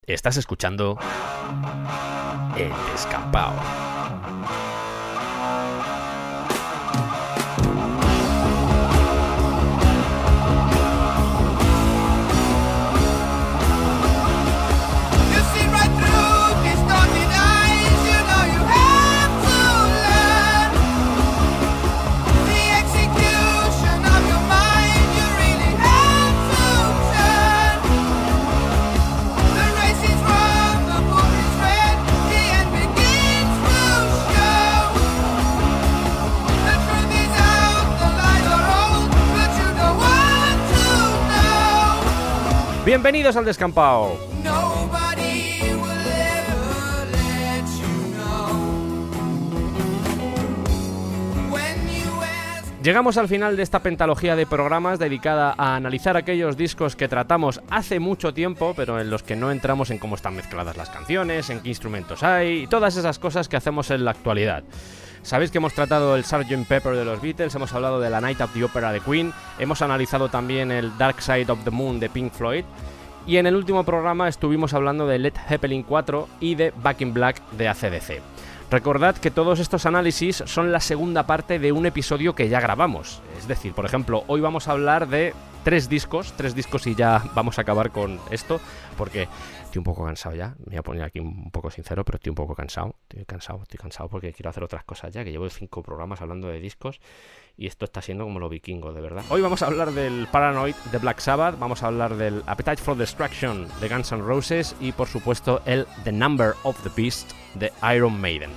Estás escuchando El Descampao. Bienvenidos al Descampao. Llegamos al final de esta pentalogía de programas dedicada a analizar aquellos discos que tratamos hace mucho tiempo, pero en los que no entramos en cómo están mezcladas las canciones, en qué instrumentos hay y todas esas cosas que hacemos en la actualidad. Sabéis que hemos tratado el Sgt. Pepper de los Beatles, hemos hablado de la Night of the Opera de Queen, hemos analizado también el Dark Side of the Moon de Pink Floyd, y en el último programa estuvimos hablando de Led Zeppelin 4 y de Back in Black de AC/DC. Recordad que todos estos análisis son la segunda parte de un episodio que ya grabamos. Es decir, por ejemplo, hoy vamos a hablar de tres discos y ya vamos a acabar con esto, porque estoy un poco cansado ya. Me voy a poner aquí un poco sincero, pero estoy un poco cansado. Estoy cansado porque quiero hacer otras cosas ya, que llevo 5 programas hablando de discos y esto está siendo como lo vikingo, de verdad. Hoy vamos a hablar del Paranoid de Black Sabbath, vamos a hablar del Appetite for Destruction de Guns N' Roses y, por supuesto, el The Number of the Beast de Iron Maiden.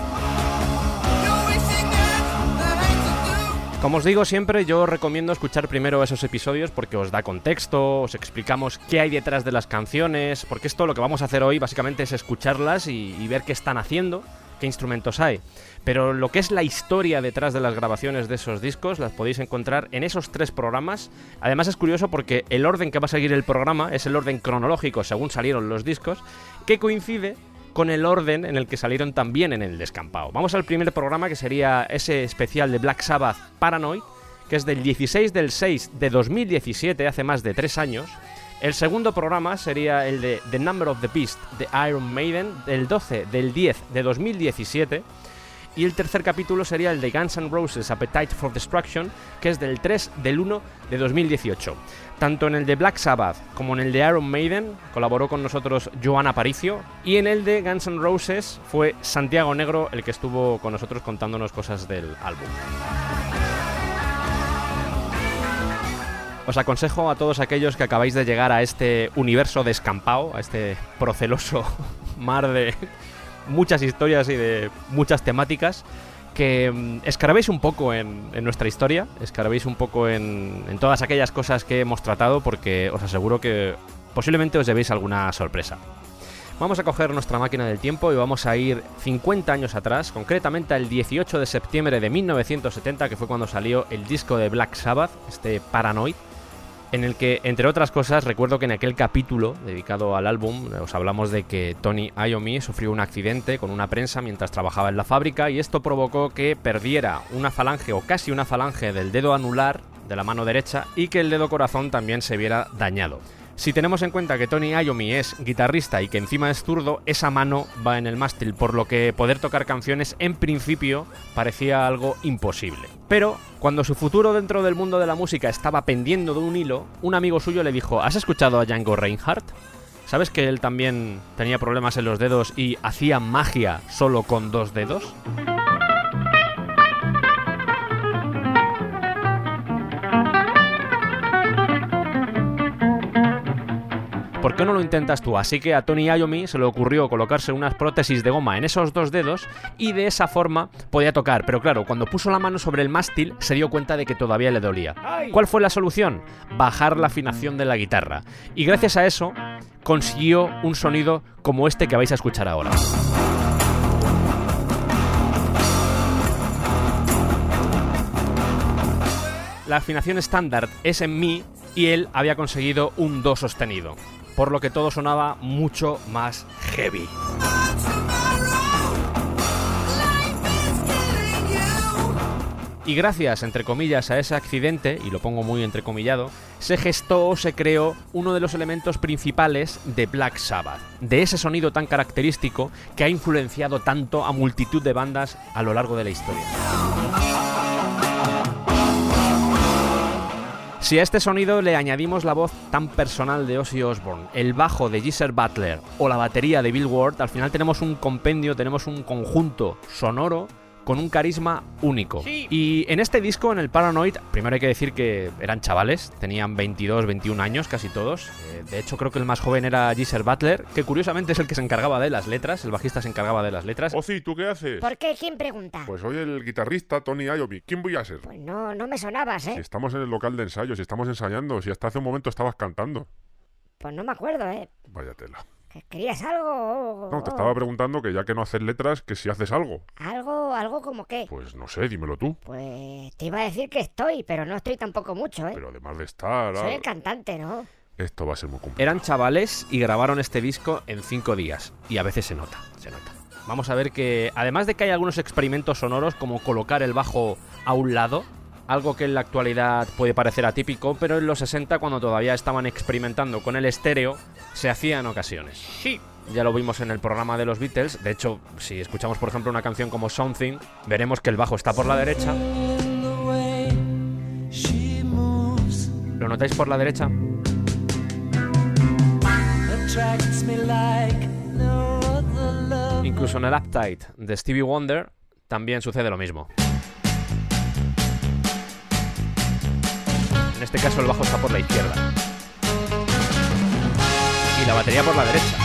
Como os digo siempre, yo os recomiendo escuchar primero esos episodios porque os da contexto, os explicamos qué hay detrás de las canciones, porque esto lo que vamos a hacer hoy básicamente es escucharlas y ver qué están haciendo, qué instrumentos hay. Pero lo que es la historia detrás de las grabaciones de esos discos las podéis encontrar en esos 3 programas. Además es curioso porque el orden que va a seguir el programa es el orden cronológico según salieron los discos, que coincide con el orden en el que salieron también en el Descampao. Vamos al primer programa, que sería ese especial de Black Sabbath Paranoid, que es del 16 del 6 de 2017, hace más de 3 años. El segundo programa sería el de The Number of the Beast de Iron Maiden, del 12 del 10 de 2017. Y el tercer capítulo sería el de Guns N' Roses Appetite for Destruction, que es del 3 del 1 de 2018. Tanto en el de Black Sabbath como en el de Iron Maiden colaboró con nosotros Joan Aparicio, y en el de Guns N' Roses fue Santiago Negro el que estuvo con nosotros contándonos cosas del álbum. Os aconsejo a todos aquellos que acabáis de llegar a este universo Descampao, a este proceloso mar de muchas historias y de muchas temáticas, que escarabéis un poco en nuestra historia, escarabéis un poco en todas aquellas cosas que hemos tratado, porque os aseguro que posiblemente os llevéis alguna sorpresa. Vamos a coger nuestra máquina del tiempo y vamos a ir 50 años atrás, concretamente al 18 de septiembre de 1970, que fue cuando salió el disco de Black Sabbath, este Paranoid, en el que, entre otras cosas, recuerdo que en aquel capítulo dedicado al álbum os hablamos de que Tony Iommi sufrió un accidente con una prensa mientras trabajaba en la fábrica, y esto provocó que perdiera una falange o casi una falange del dedo anular de la mano derecha y que el dedo corazón también se viera dañado. Si tenemos en cuenta que Tony Iommi es guitarrista y que encima es zurdo, esa mano va en el mástil, por lo que poder tocar canciones en principio parecía algo imposible. Pero cuando su futuro dentro del mundo de la música estaba pendiendo de un hilo, un amigo suyo le dijo: ¿has escuchado a Django Reinhardt? ¿Sabes que él también tenía problemas en los dedos y hacía magia solo con 2 dedos? ¿Por qué no lo intentas tú? Así que a Tony Iommi se le ocurrió colocarse unas prótesis de goma en esos 2 dedos y de esa forma podía tocar. Pero claro, cuando puso la mano sobre el mástil se dio cuenta de que todavía le dolía. ¿Cuál fue la solución? Bajar la afinación de la guitarra. Y gracias a eso consiguió un sonido como este que vais a escuchar ahora. La afinación estándar es en mi y él había conseguido un do sostenido, por lo que todo sonaba mucho más heavy. Y gracias, entre comillas, a ese accidente, y lo pongo muy entrecomillado, se gestó o se creó uno de los elementos principales de Black Sabbath, de ese sonido tan característico que ha influenciado tanto a multitud de bandas a lo largo de la historia. Si a este sonido le añadimos la voz tan personal de Ozzy Osbourne, el bajo de Geezer Butler o la batería de Bill Ward, al final tenemos un compendio, tenemos un conjunto sonoro con un carisma único. Sí. Y en este disco, en el Paranoid, primero hay que decir que eran chavales, tenían 22, 21 años casi todos. De hecho, creo que el más joven era Geezer Butler, que curiosamente es el que se encargaba de las letras, el bajista se encargaba de las letras. Ozzy, ¿tú qué haces? ¿Por qué? ¿Quién pregunta? Pues soy el guitarrista Tony Iommi. ¿Quién voy a ser? Pues no me sonabas, ¿eh? Si estamos en el local de ensayo, si estamos ensayando, si hasta hace un momento estabas cantando. Pues no me acuerdo, ¿eh? Vaya tela. ¿Querías algo? No, te estaba preguntando que ya que no haces letras, que si haces algo. ¿Algo como qué? Pues no sé, dímelo tú. Pues te iba a decir que estoy, pero no estoy tampoco mucho, ¿eh? Pero además de estar... Soy el cantante, ¿no? Esto va a ser muy complicado. Eran chavales y grabaron este disco en 5 días. Y a veces se nota. Vamos a ver que, además de que hay algunos experimentos sonoros, como colocar el bajo a un lado, algo que en la actualidad puede parecer atípico, pero en los 60, cuando todavía estaban experimentando con el estéreo, se hacía en ocasiones. Sí. Ya lo vimos en el programa de los Beatles. De hecho, si escuchamos por ejemplo una canción como Something, veremos que el bajo está por la derecha. ¿Lo notáis por la derecha? Incluso en el Uptight de Stevie Wonder también sucede lo mismo. En este caso el bajo está por la izquierda y la batería por la derecha.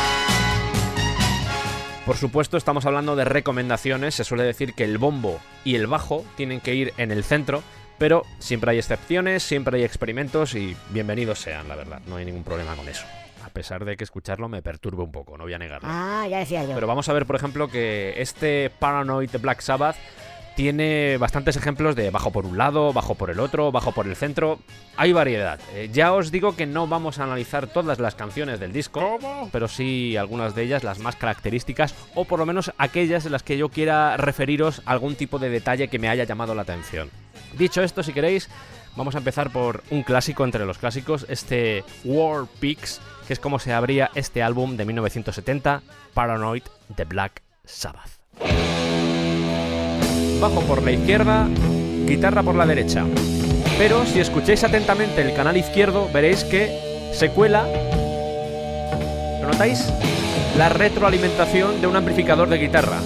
Por supuesto, estamos hablando de recomendaciones. Se suele decir que el bombo y el bajo tienen que ir en el centro, pero siempre hay excepciones, siempre hay experimentos y bienvenidos sean, la verdad. No hay ningún problema con eso. A pesar de que escucharlo me perturbe un poco, no voy a negarlo. Ah, ya decía yo. Pero vamos a ver, por ejemplo, que este Paranoid de Black Sabbath tiene bastantes ejemplos de bajo por un lado, bajo por el otro, bajo por el centro. Hay variedad. Ya os digo que no vamos a analizar todas las canciones del disco, ¿Cómo? pero sí algunas de ellas, las más características, o por lo menos aquellas en las que yo quiera referiros a algún tipo de detalle que me haya llamado la atención. Dicho esto, si queréis, vamos a empezar por un clásico entre los clásicos, este War Pigs, que es como se abría este álbum de 1970, Paranoid de Black Sabbath. Bajo por la izquierda, guitarra por la derecha. Pero si escucháis atentamente el canal izquierdo, veréis que se cuela, ¿lo notáis? La retroalimentación de un amplificador de guitarra.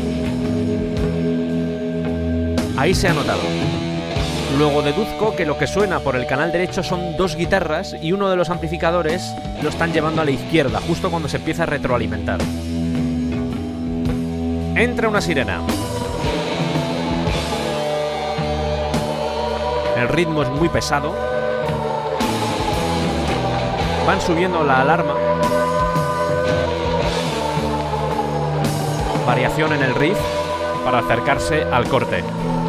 Ahí se ha notado. Luego deduzco que lo que suena por el canal derecho son dos guitarras y uno de los amplificadores lo están llevando a la izquierda, justo cuando se empieza a retroalimentar. Entra una sirena. El ritmo es muy pesado. Van subiendo la alarma. Variación en el riff para acercarse al corte.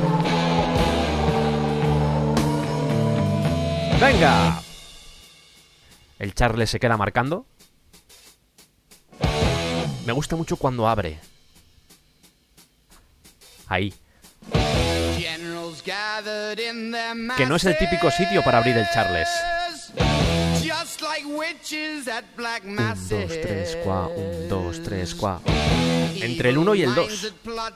¡Venga! El Charles se queda marcando. Me gusta mucho cuando abre. Ahí. Que no es el típico sitio para abrir el Charles. 1, 2, 3, 4, 1, 2, 3, 4. Entre el 1 y el 2.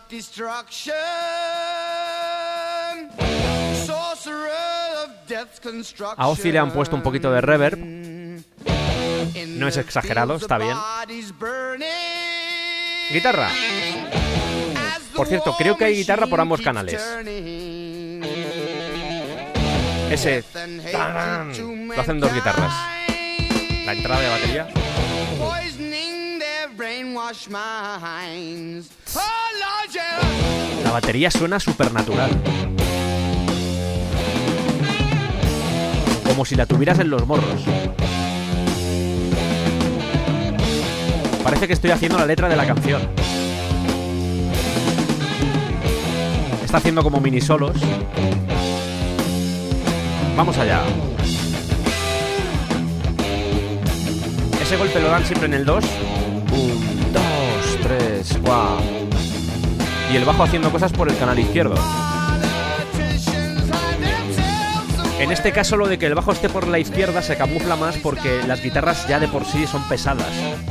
A Ozzy le han puesto un poquito de reverb. No es exagerado, está bien. Guitarra. Por cierto, creo que hay guitarra por ambos canales. Ese ¡tarán! Lo hacen dos guitarras. La entrada de batería. La batería suena supernatural. Como si la tuvieras en los morros. Parece que estoy haciendo la letra de la canción. Está haciendo como mini solos. Vamos allá. Ese golpe lo dan siempre en el 2. 1, 2, 3, 4. Y el bajo haciendo cosas por el canal izquierdo. En este caso lo de que el bajo esté por la izquierda se camufla más porque las guitarras ya de por sí son pesadas.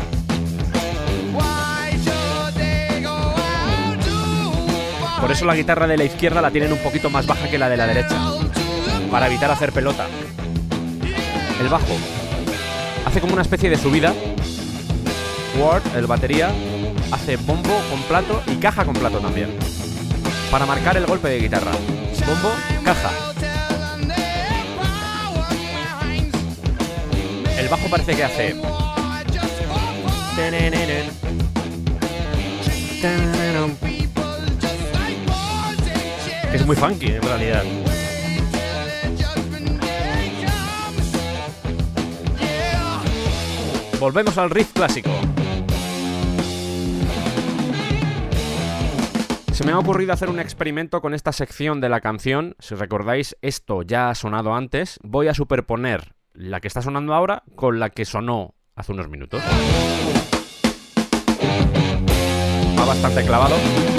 Por eso la guitarra de la izquierda la tienen un poquito más baja que la de la derecha, para evitar hacer pelota. El bajo hace como una especie de subida. Ward, el batería, hace bombo con plato y caja con plato también, para marcar el golpe de guitarra. Bombo, caja. El bajo parece que hace... Es muy funky, en realidad. Volvemos al riff clásico. Se me ha ocurrido hacer un experimento con esta sección de la canción. Si recordáis, esto ya ha sonado antes. Voy a superponer la que está sonando ahora con la que sonó hace unos minutos. Va bastante clavado.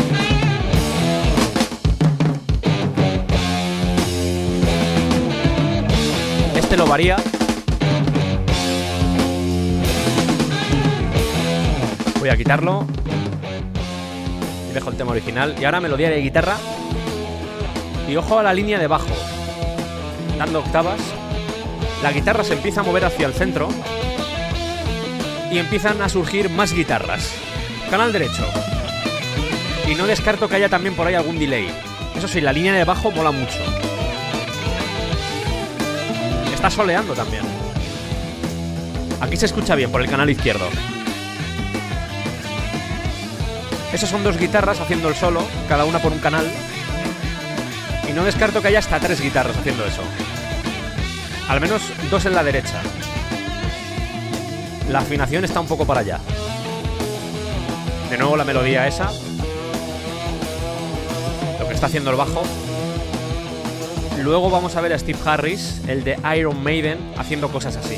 Este lo varía. Voy a quitarlo y dejo el tema original. Y ahora melodía de guitarra. Y ojo a la línea de bajo. Dando octavas. La guitarra se empieza a mover hacia el centro. Y empiezan a surgir más guitarras. Canal derecho. Y no descarto que haya también por ahí algún delay. Eso sí, la línea de bajo mola mucho. Está soleando también. Aquí se escucha bien por el canal izquierdo. Esas son dos guitarras haciendo el solo, cada una por un canal. Y no descarto que haya hasta 3 guitarras haciendo eso. Al menos 2 en la derecha. La afinación está un poco para allá. De nuevo la melodía esa. Lo que está haciendo el bajo. Luego vamos a ver a Steve Harris, el de Iron Maiden, haciendo cosas así.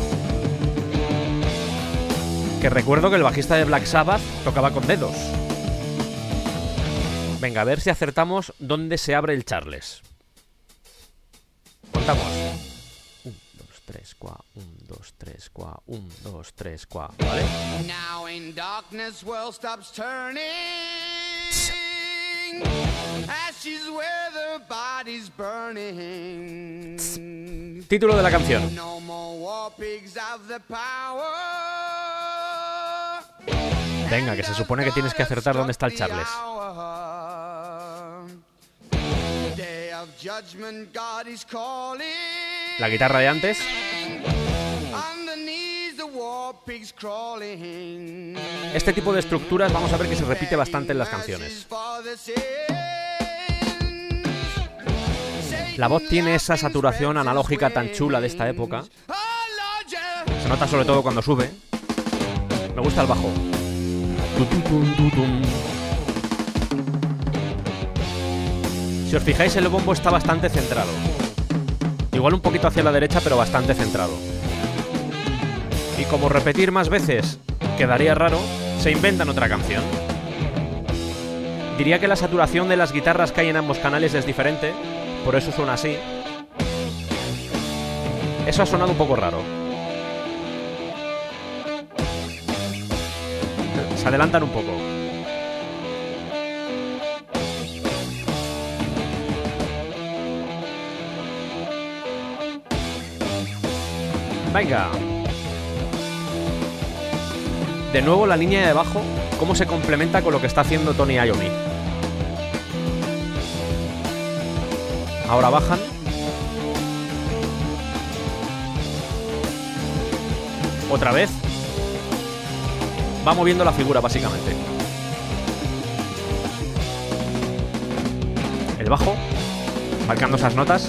Que recuerdo que el bajista de Black Sabbath tocaba con dedos. Venga, a ver si acertamos dónde se abre el Charles. Contamos. 1, 2, 3, 4, 1, 2, 3, 4, 1, 2, 3, 4, ¿vale? Now in darkness world stops turning. Ashes where the body's burning. Título de la canción. No more war pigs have the power. Venga, que se supone que tienes que acertar dónde está el Charles. La guitarra de antes. Este tipo de estructuras vamos a ver que se repite bastante en las canciones. La voz tiene esa saturación analógica tan chula de esta época. Se nota sobre todo cuando sube. Me gusta el bajo. Si os fijáis, el bombo está bastante centrado. Igual un poquito hacia la derecha, pero bastante centrado. Y como repetir más veces quedaría raro, se inventan otra canción. Diría que la saturación de las guitarras que hay en ambos canales es diferente, por eso suena así. Eso ha sonado un poco raro. Se adelantan un poco. Venga. De nuevo la línea de bajo, cómo se complementa con lo que está haciendo Tony Iommi. Ahora bajan. Otra vez. Va moviendo la figura, básicamente. El bajo, marcando esas notas.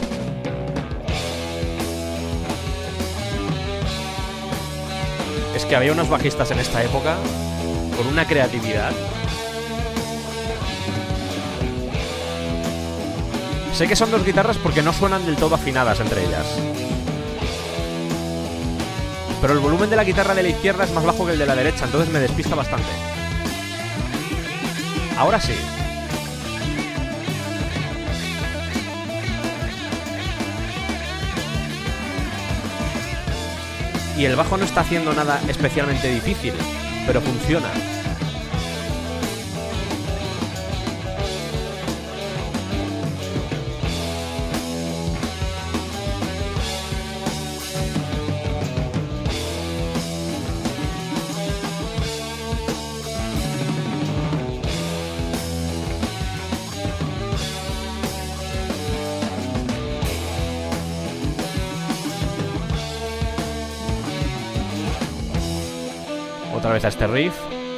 Es que había unos bajistas en esta época con una creatividad. Sé que son dos guitarras porque no suenan del todo afinadas entre ellas. Pero el volumen de la guitarra de la izquierda es más bajo que el de la derecha, entonces me despista bastante. Ahora sí. Y el bajo no está haciendo nada especialmente difícil, pero funciona. Otra vez a este riff.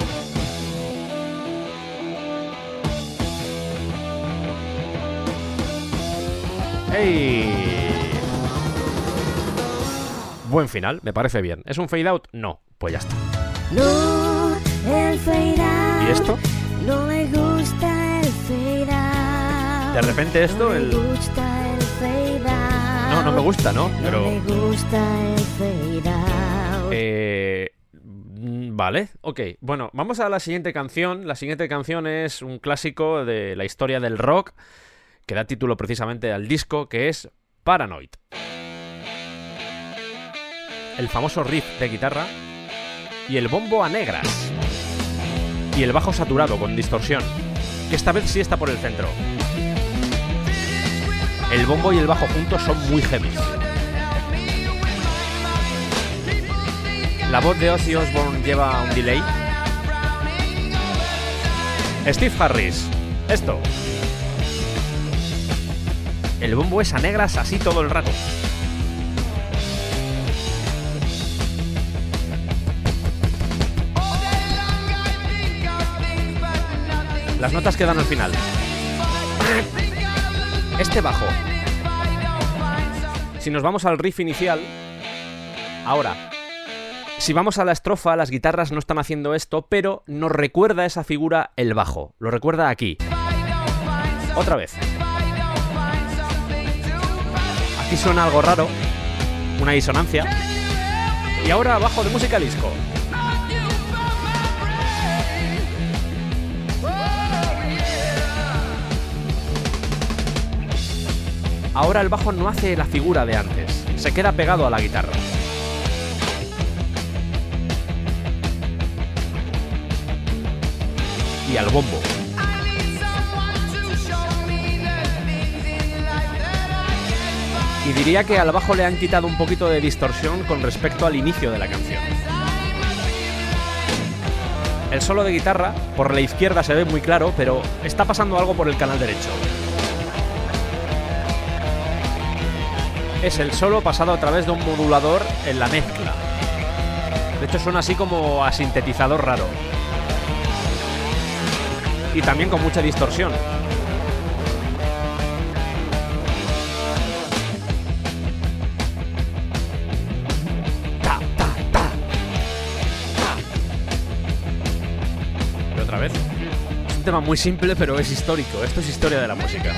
¡Ey! Buen final, me parece bien. ¿Es un fade out? No, pues ya está. No, el fade out. ¿Y esto? No me gusta el fade out. De repente esto, No me gusta el fade out. No me gusta, ¿no? Pero... No me gusta el fade out. Vale, ok. Bueno, vamos a la siguiente canción. La siguiente canción es un clásico de la historia del rock que da título precisamente al disco, que es Paranoid. El famoso riff de guitarra y el bombo a negras y el bajo saturado con distorsión, que esta vez sí está por el centro. El bombo y el bajo juntos son muy heavy. La voz de Ozzy Osbourne lleva un delay. Steve Harris. Esto. El bombo es a negras así todo el rato. Las notas quedan al final. Este bajo. Si nos vamos al riff inicial. Ahora. Si vamos a la estrofa, las guitarras no están haciendo esto, pero nos recuerda esa figura el bajo. Lo recuerda aquí. Otra vez. Aquí suena algo raro, una disonancia. Y ahora bajo de música disco. Ahora el bajo no hace la figura de antes, se queda pegado a la guitarra. Y al bombo. Y diría que al bajo le han quitado un poquito de distorsión con respecto al inicio de la canción. El solo de guitarra, por la izquierda se ve muy claro, pero está pasando algo por el canal derecho. Es el solo pasado a través de un modulador en la mezcla. De hecho suena así como a sintetizador raro. Y también con mucha distorsión. Ta, ta, ta. Y otra vez. Es un tema muy simple, pero es histórico. Esto es historia de la música.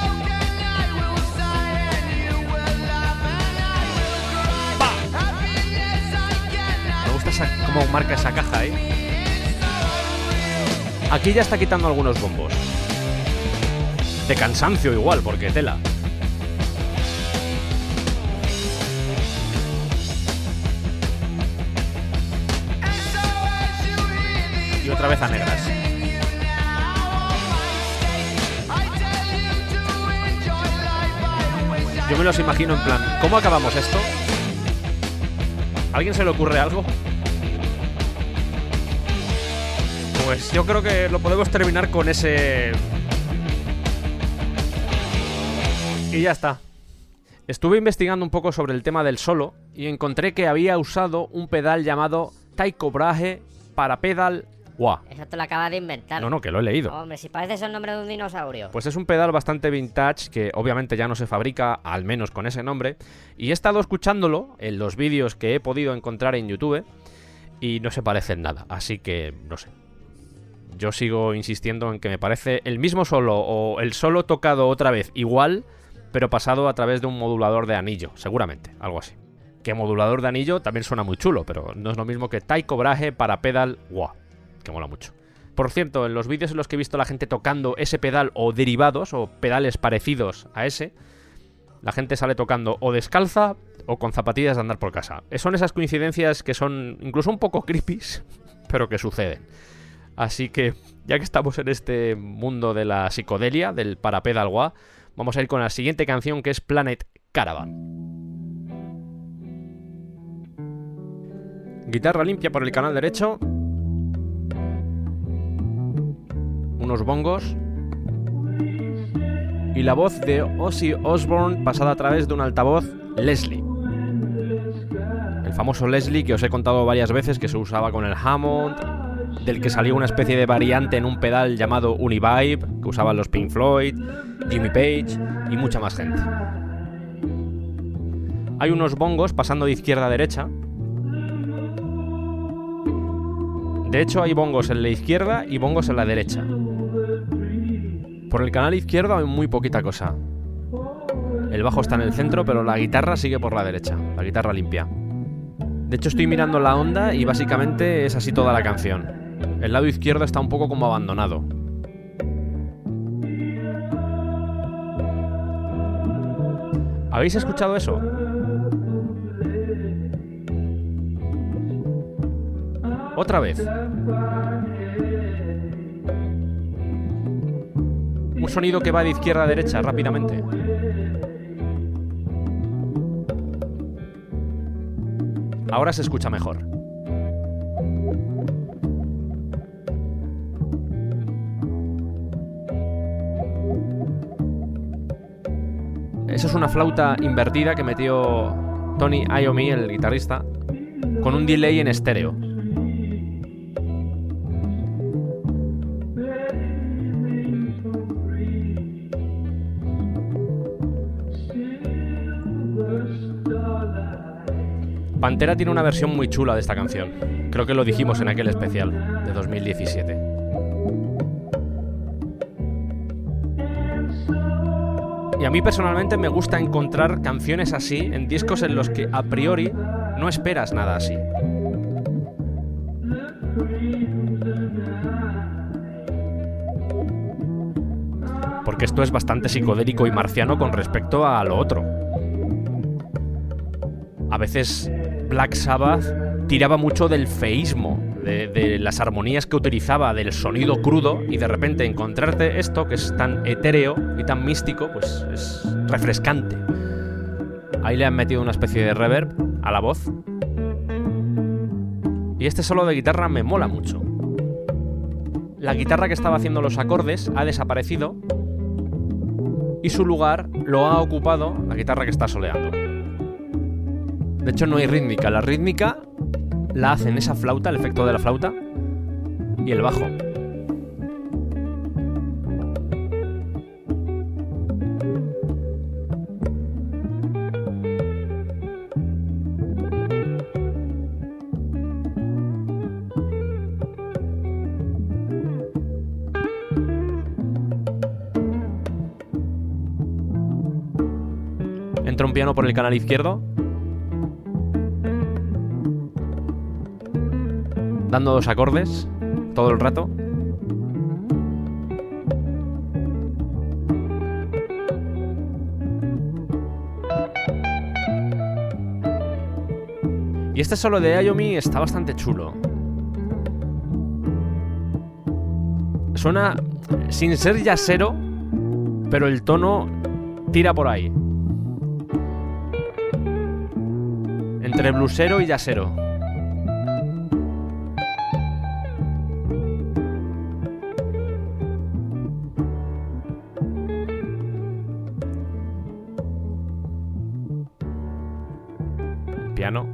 ¡Pa! Me gusta cómo marca esa caja, ¿eh? Aquí ya está quitando algunos bombos. De cansancio igual, porque tela. Y otra vez a negras. Yo me los imagino en plan, ¿cómo acabamos esto? ¿A alguien se le ocurre algo? Pues yo creo que lo podemos terminar con ese... Y ya está. Estuve investigando un poco sobre el tema del solo y encontré que había usado un pedal llamado Tycho Brahe para pedal wah. Eso te lo acabas de inventar. No, que lo he leído. Hombre, si parece el nombre de un dinosaurio. Pues es un pedal bastante vintage que obviamente ya no se fabrica, al menos con ese nombre. Y he estado escuchándolo en los vídeos que he podido encontrar en YouTube y no se parece en nada. Así que, no sé. Yo sigo insistiendo en que me parece el mismo solo o el solo tocado otra vez igual, pero pasado a través de un modulador de anillo, seguramente, algo así. Que modulador de anillo también suena muy chulo, pero no es lo mismo que Tycho Brahe para pedal wah, que mola mucho. Por cierto, en los vídeos en los que he visto a la gente tocando ese pedal o derivados o pedales parecidos a ese, la gente sale tocando o descalza o con zapatillas de andar por casa. Son esas coincidencias que son incluso un poco creepies, pero que suceden. Así que, ya que estamos en este mundo de la psicodelia, del parapedal wah, vamos a ir con la siguiente canción, que es Planet Caravan. Guitarra limpia por el canal derecho. Unos bongos. Y la voz de Ozzy Osbourne pasada a través de un altavoz Leslie. El famoso Leslie que os he contado varias veces que se usaba con el Hammond, del que salió una especie de variante en un pedal llamado Univibe, que usaban los Pink Floyd, Jimmy Page y mucha más gente. Hay unos bongos pasando de izquierda a derecha. De hecho, hay bongos en la izquierda y bongos en la derecha. Por el canal izquierdo hay muy poquita cosa. El bajo está en el centro, pero la guitarra sigue por la derecha, la guitarra limpia. De hecho, estoy mirando la onda y básicamente es así toda la canción. El lado izquierdo está un poco como abandonado. ¿Habéis escuchado eso? Otra vez. Un sonido que va de izquierda a derecha rápidamente. Ahora se escucha mejor. Eso es una flauta invertida que metió Tony Iommi, el guitarrista, con un delay en estéreo. Pantera tiene una versión muy chula de esta canción. Creo que lo dijimos en aquel especial de 2017. Y a mí personalmente me gusta encontrar canciones así en discos en los que a priori no esperas nada así. Porque esto es bastante psicodélico y marciano con respecto a lo otro. A veces Black Sabbath tiraba mucho del feísmo, de las armonías que utilizaba, del sonido crudo, y de repente encontrarte esto, que es tan etéreo y tan místico, pues es refrescante. Ahí le han metido una especie de reverb a la voz. Y este solo de guitarra me mola mucho. La guitarra que estaba haciendo los acordes ha desaparecido y su lugar lo ha ocupado la guitarra que está soleando. De hecho, no hay rítmica. La rítmica la hacen esa flauta, el efecto de la flauta, y el bajo. Entra un piano por el canal izquierdo, dando dos acordes todo el rato. Y este solo de Iommi está bastante chulo. Suena sin ser jazzero, pero el tono tira por ahí. Entre bluesero y jazzero. Piano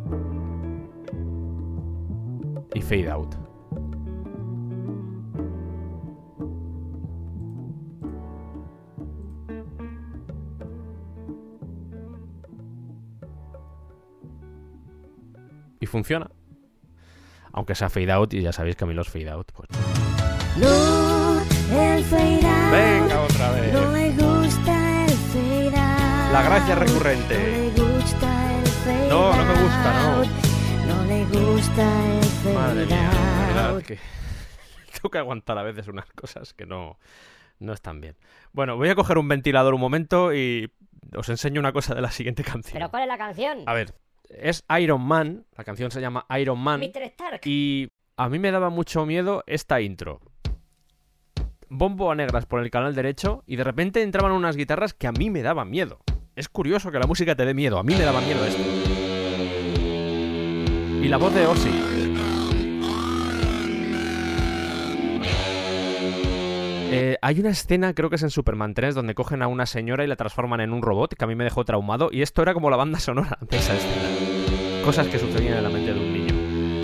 y fade out. Y funciona. Aunque sea fade out, y ya sabéis que a mí los fade out, pues... No, el fade out. Venga, otra vez. No me gusta el fade out. La gracia recurrente. No me gusta el fade No, out. no me gusta, No le gusta el fade out. Madre mía, la verdad que tengo que aguantar a veces unas cosas que no están bien. Bueno, voy a coger un ventilador un momento y os enseño una cosa de la siguiente canción. ¿Pero cuál es la canción? A ver, es Iron Man, la canción se llama Iron Man, Mr. Stark. y a mí me daba mucho miedo esta intro. Bombo a negras por el canal derecho y de repente entraban unas guitarras que a mí me daban miedo. Es curioso que la música te dé miedo, a mí me daba miedo esto. Y la voz de Ozzy. Hay una escena, creo que es en Superman 3, donde cogen a una señora y la transforman en un robot, que a mí me dejó traumado, y esto era como la banda sonora de esa escena. Cosas que sucedían en la mente de un niño.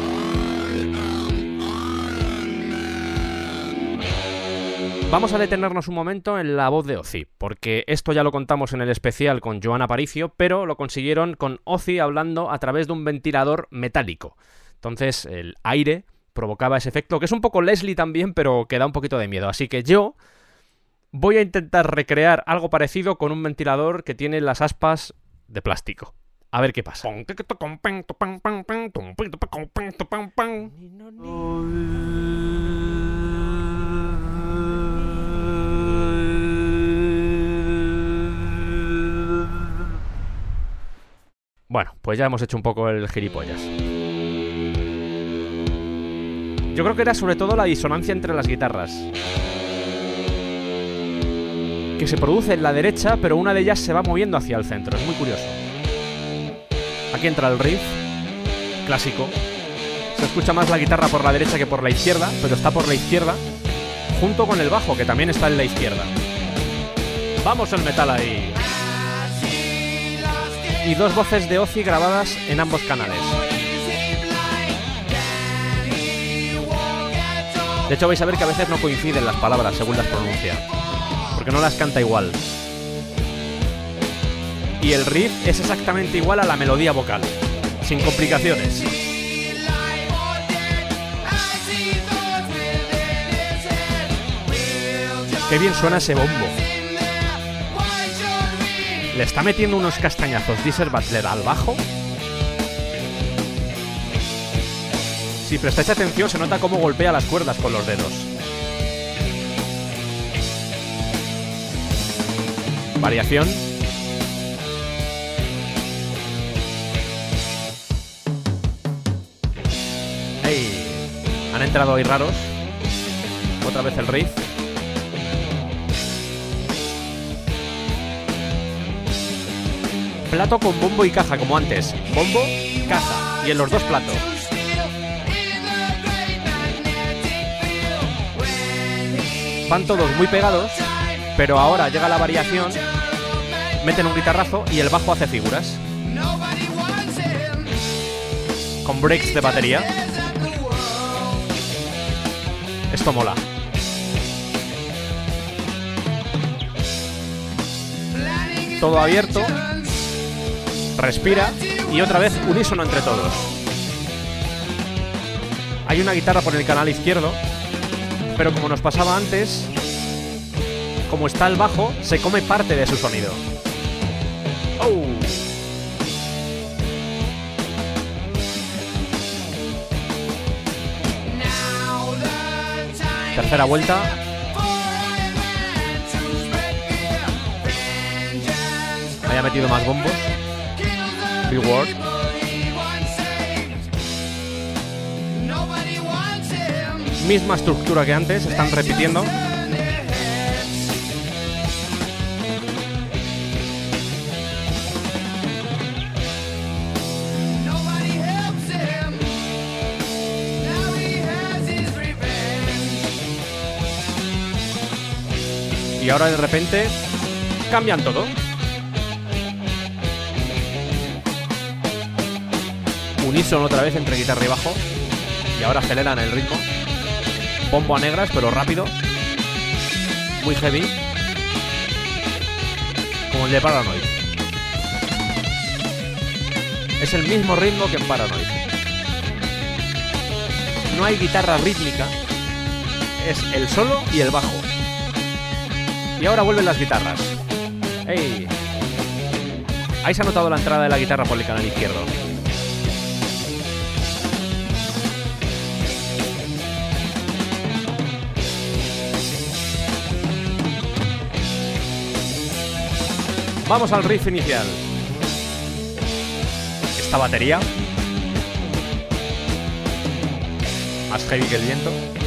Vamos a detenernos un momento en la voz de Ozzy, porque esto ya lo contamos en el especial con Joan Aparicio, pero lo consiguieron con Ozzy hablando a través de un ventilador metálico. Entonces el aire provocaba ese efecto, que es un poco Leslie también, pero que da un poquito de miedo. Así que yo voy a intentar recrear algo parecido con un ventilador que tiene las aspas de plástico. A ver qué pasa. Bueno, pues ya hemos hecho un poco el gilipollas. Yo creo que era sobre todo la disonancia entre las guitarras, que se produce en la derecha, pero una de ellas se va moviendo hacia el centro. Es muy curioso. Aquí entra el riff clásico. Se escucha más la guitarra por la derecha que por la izquierda, pero está por la izquierda, junto con el bajo, que también está en la izquierda. ¡Vamos el metal ahí! Y dos voces de Ozzy grabadas en ambos canales. De hecho vais a ver que a veces no coinciden las palabras según las pronuncia, porque no las canta igual. Y el riff es exactamente igual a la melodía vocal, sin complicaciones. Qué bien suena ese bombo. Le está metiendo unos castañazos Geezer Butler al bajo. Si prestáis atención se nota cómo golpea las cuerdas con los dedos. Variación. ¡Ey! Han entrado ahí raros. Otra vez el riff. Plato con bombo y caja, como antes. Bombo, caja. Y en los dos platos. Van todos muy pegados, pero ahora llega la variación. Meten un guitarrazo y el bajo hace figuras. Con breaks de batería. Esto mola. Todo abierto. Respira y otra vez unísono entre todos. Hay una guitarra por el canal izquierdo, pero como nos pasaba antes, como está el bajo, se come parte de su sonido. ¡Oh! Tercera vuelta. Haya metido más bombos. Reward. Misma estructura que antes, están repitiendo. Y ahora de repente cambian todo. Unísono otra vez entre guitarra y bajo. Y ahora aceleran el ritmo. Bombo a negras, pero rápido. Muy heavy. Como el de Paranoid. Es el mismo ritmo que en Paranoid. No hay guitarra rítmica. Es el solo y el bajo. Y ahora vuelven las guitarras. ¡Ey! Ahí se ha notado la entrada de la guitarra por el canal izquierdo. Vamos al riff inicial. Esta batería, más heavy que el viento.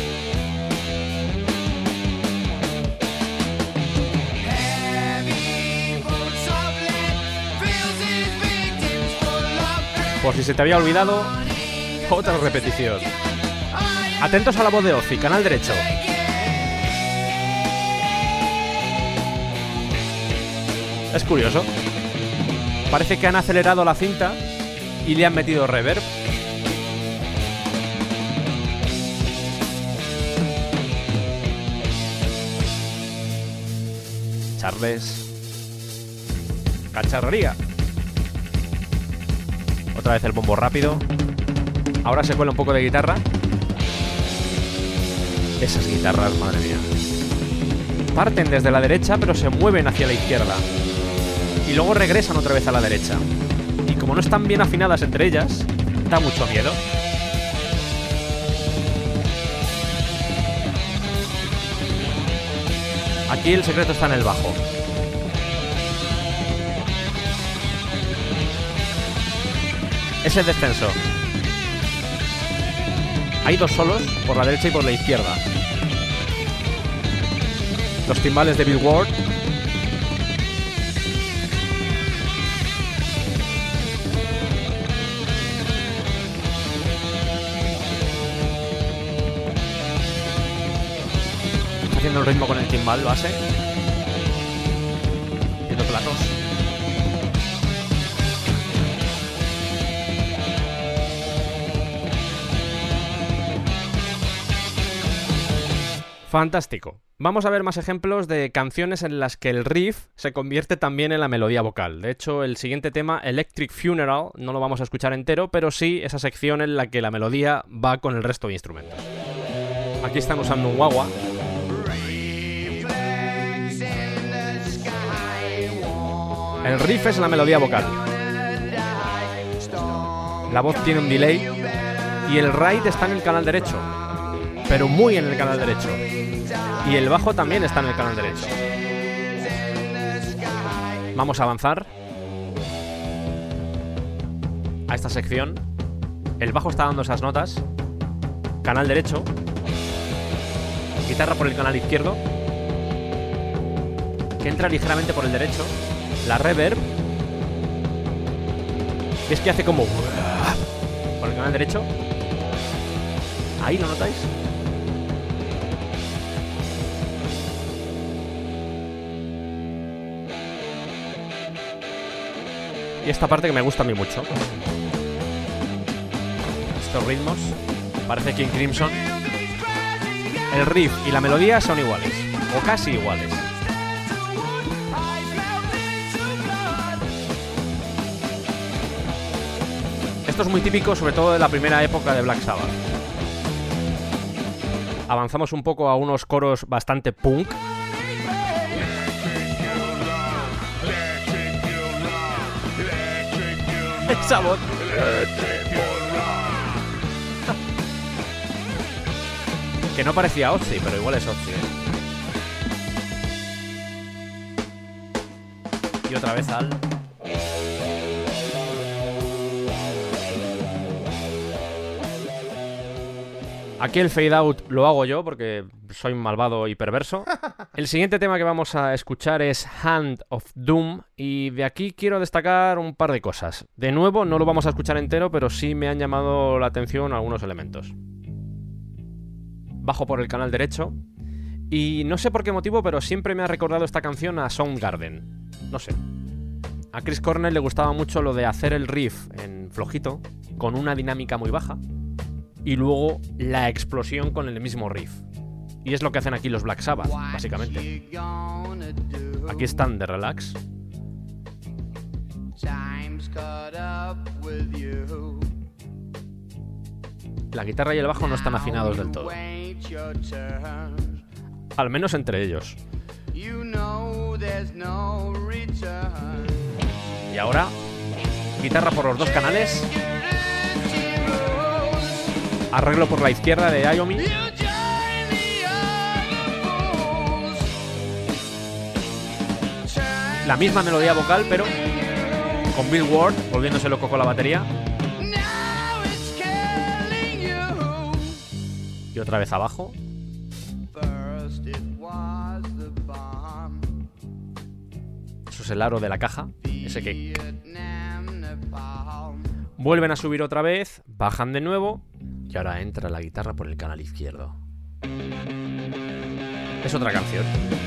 Por si se te había olvidado, otra repetición. Atentos a la voz de Ozzy, canal derecho. Es curioso. Parece que han acelerado la cinta y le han metido reverb. Charles. Cacharrería. Otra vez el bombo rápido. Ahora se cuela un poco de guitarra. Esas guitarras, madre mía. Parten desde la derecha, pero se mueven hacia la izquierda. Y luego regresan otra vez a la derecha. Y como no están bien afinadas entre ellas, da mucho miedo. Aquí el secreto está en el bajo. Ese descenso. Hay dos solos, por la derecha y por la izquierda. Los timbales de Bill Ward. Haciendo el ritmo con el timbal base. Haciendo platos. Fantástico. Vamos a ver más ejemplos de canciones en las que el riff se convierte también en la melodía vocal. De hecho, el siguiente tema, Electric Funeral, no lo vamos a escuchar entero, pero sí esa sección en la que la melodía va con el resto de instrumentos. Aquí están usando un wah-wah. El riff es la melodía vocal. La voz tiene un delay y el ride está en el canal derecho, pero muy en el canal derecho. Y el bajo también está en el canal derecho. Vamos a avanzar a esta sección. El bajo está dando esas notas. Canal derecho. Guitarra por el canal izquierdo, que entra ligeramente por el derecho. La reverb. Es que hace como por el canal derecho. Ahí, ¿lo notáis? Y esta parte que me gusta a mí mucho. Estos ritmos. Parece King Crimson. El riff y la melodía son iguales. O casi iguales. Esto es muy típico, sobre todo de la primera época de Black Sabbath. Avanzamos un poco a unos coros bastante punk. Esa voz. Que no parecía Ozzy, pero igual es Ozzy, Y otra vez al... Aquí el fade out lo hago yo porque soy malvado y perverso. El siguiente tema que vamos a escuchar es Hand of Doom y de aquí quiero destacar un par de cosas. De nuevo, no lo vamos a escuchar entero, pero sí me han llamado la atención algunos elementos. Bajo por el canal derecho y no sé por qué motivo, pero siempre me ha recordado esta canción a Soundgarden. No sé. A Chris Cornell le gustaba mucho lo de hacer el riff en flojito, con una dinámica muy baja, y luego la explosión con el mismo riff. Y es lo que hacen aquí los Black Sabbath, básicamente. Aquí están de relax. La guitarra y el bajo no están afinados del todo. Al menos entre ellos. Y ahora, guitarra por los dos canales. Arreglo por la izquierda de Iommi. La misma melodía vocal, pero con Bill Ward volviéndose loco con la batería. Y otra vez abajo. Eso es el aro de la caja, ese que... Vuelven a subir otra vez, bajan de nuevo y ahora entra la guitarra por el canal izquierdo. Es otra canción.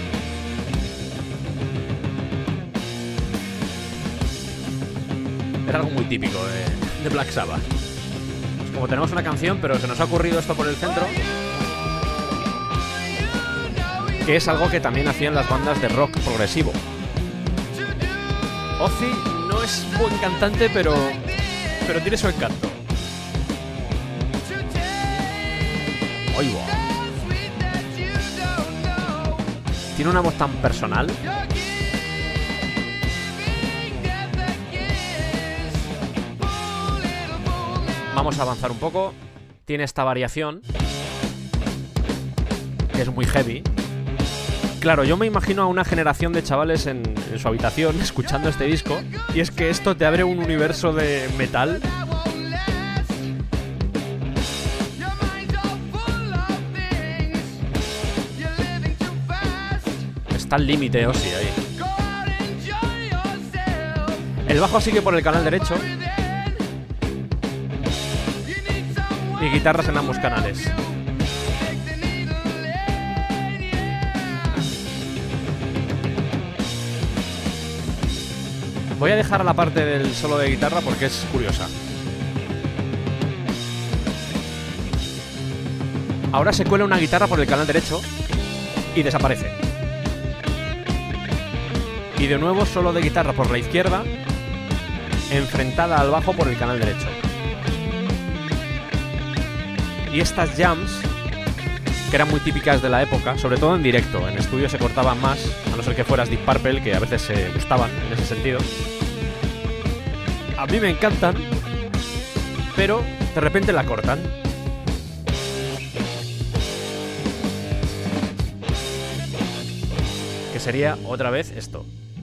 Era algo muy típico de Black Sabbath. Es como tenemos una canción, pero se nos ha ocurrido esto por el centro, que es algo que también hacían las bandas de rock progresivo. Ozzy no es buen cantante, pero tiene su encanto. Oigo. Tiene una voz tan personal. Vamos a avanzar un poco. Tiene esta variación que es muy heavy. Claro, yo me imagino a una generación de chavales en su habitación escuchando este disco, y es que esto te abre un universo de metal. Está al límite, Ozzy, ahí. El bajo sigue por el canal derecho y guitarras en ambos canales. Voy a dejar a la parte del solo de guitarra porque es curiosa. Ahora se cuela una guitarra por el canal derecho y desaparece. Y de nuevo solo de guitarra por la izquierda, enfrentada al bajo por el canal derecho. Y estas jams, que eran muy típicas de la época, sobre todo en directo, en estudio se cortaban más, a no ser que fueras Deep Purple, que a veces se gustaban en ese sentido. A mí me encantan, pero de repente la cortan. Que sería otra vez esto.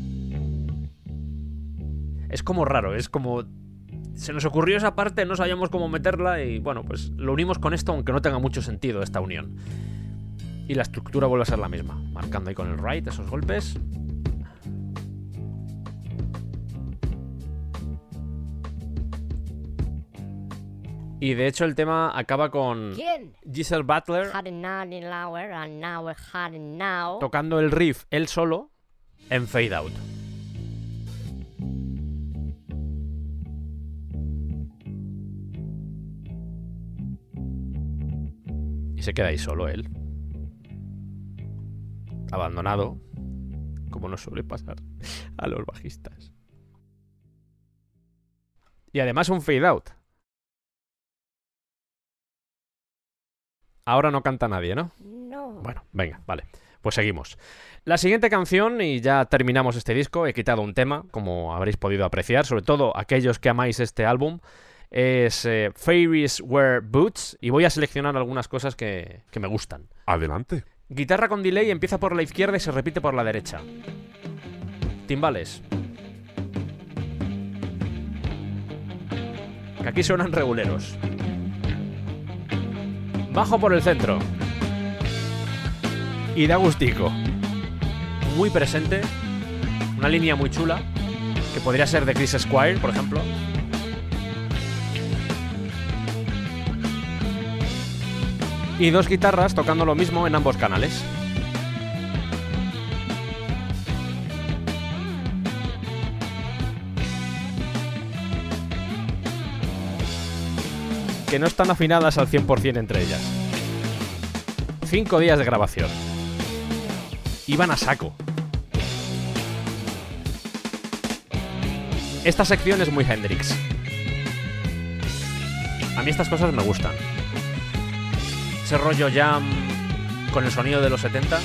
Es como raro, es como... Se nos ocurrió esa parte, no sabíamos cómo meterla y bueno, pues lo unimos con esto, aunque no tenga mucho sentido esta unión. Y la estructura vuelve a ser la misma, marcando ahí con el right esos golpes. Y de hecho el tema acaba con ¿Quién? Giselle Butler tocando el riff él solo en Fade Out. Y se queda ahí solo él, abandonado, como nos suele pasar a los bajistas. Y además un fade out. Ahora no canta nadie, ¿no? No. Bueno, venga, vale. Pues seguimos. La siguiente canción, y ya terminamos este disco, he quitado un tema, como habréis podido apreciar, sobre todo aquellos que amáis este álbum, es Fairies Wear Boots, y voy a seleccionar algunas cosas que me gustan. Adelante. Guitarra con delay empieza por la izquierda y se repite por la derecha. Timbales. Que aquí suenan reguleros. Bajo por el centro. Y da gustico. Muy presente. Una línea muy chula, que podría ser de Chris Squire, por ejemplo. Y dos guitarras tocando lo mismo en ambos canales. Que no están afinadas al 100% entre ellas. 5 días de grabación. Iban a saco. Esta sección es muy Hendrix. A mí estas cosas me gustan. Ese rollo jam con el sonido de los 70.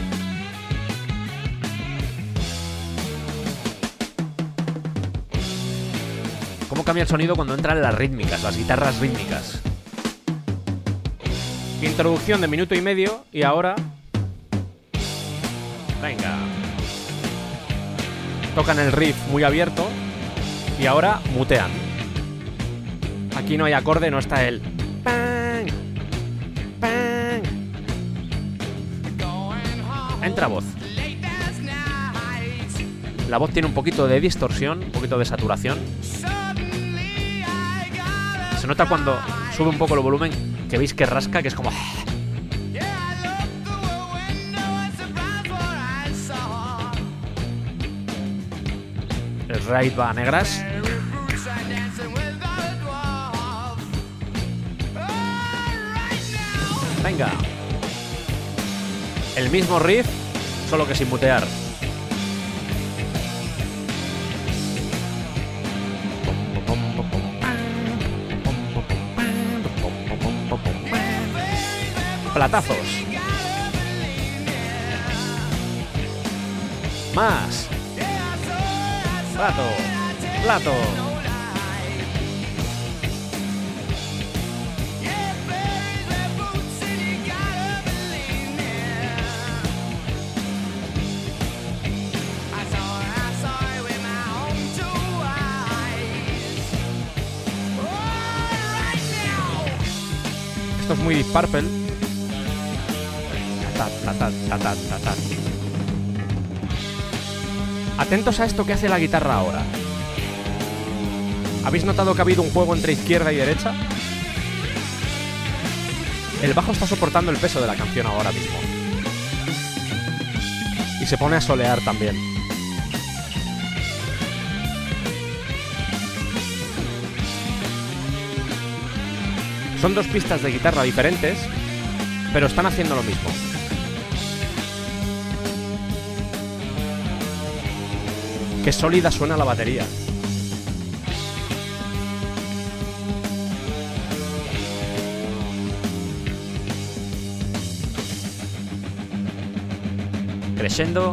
Cómo cambia el sonido cuando entran las rítmicas, las guitarras rítmicas. Introducción de minuto y medio y ahora... Venga. tocan el riff muy abierto y ahora mutean. Aquí no hay acorde, no está el ¡pang! ¡pang! Entra voz. La voz tiene un poquito de distorsión, un poquito de saturación. Se nota cuando sube un poco el volumen, que veis que rasca, que es como... El raid va a negras. Venga. El mismo riff, solo que sin mutear. Platazos. Más. Plato. Plato. Esto es muy Deep Purple. Atentos a esto que hace la guitarra ahora. ¿Habéis notado que ha habido un juego entre izquierda y derecha? El bajo está soportando el peso de la canción ahora mismo. Y se pone a solear también. Son dos pistas de guitarra diferentes, pero están haciendo lo mismo. Qué sólida suena la batería. Crescendo.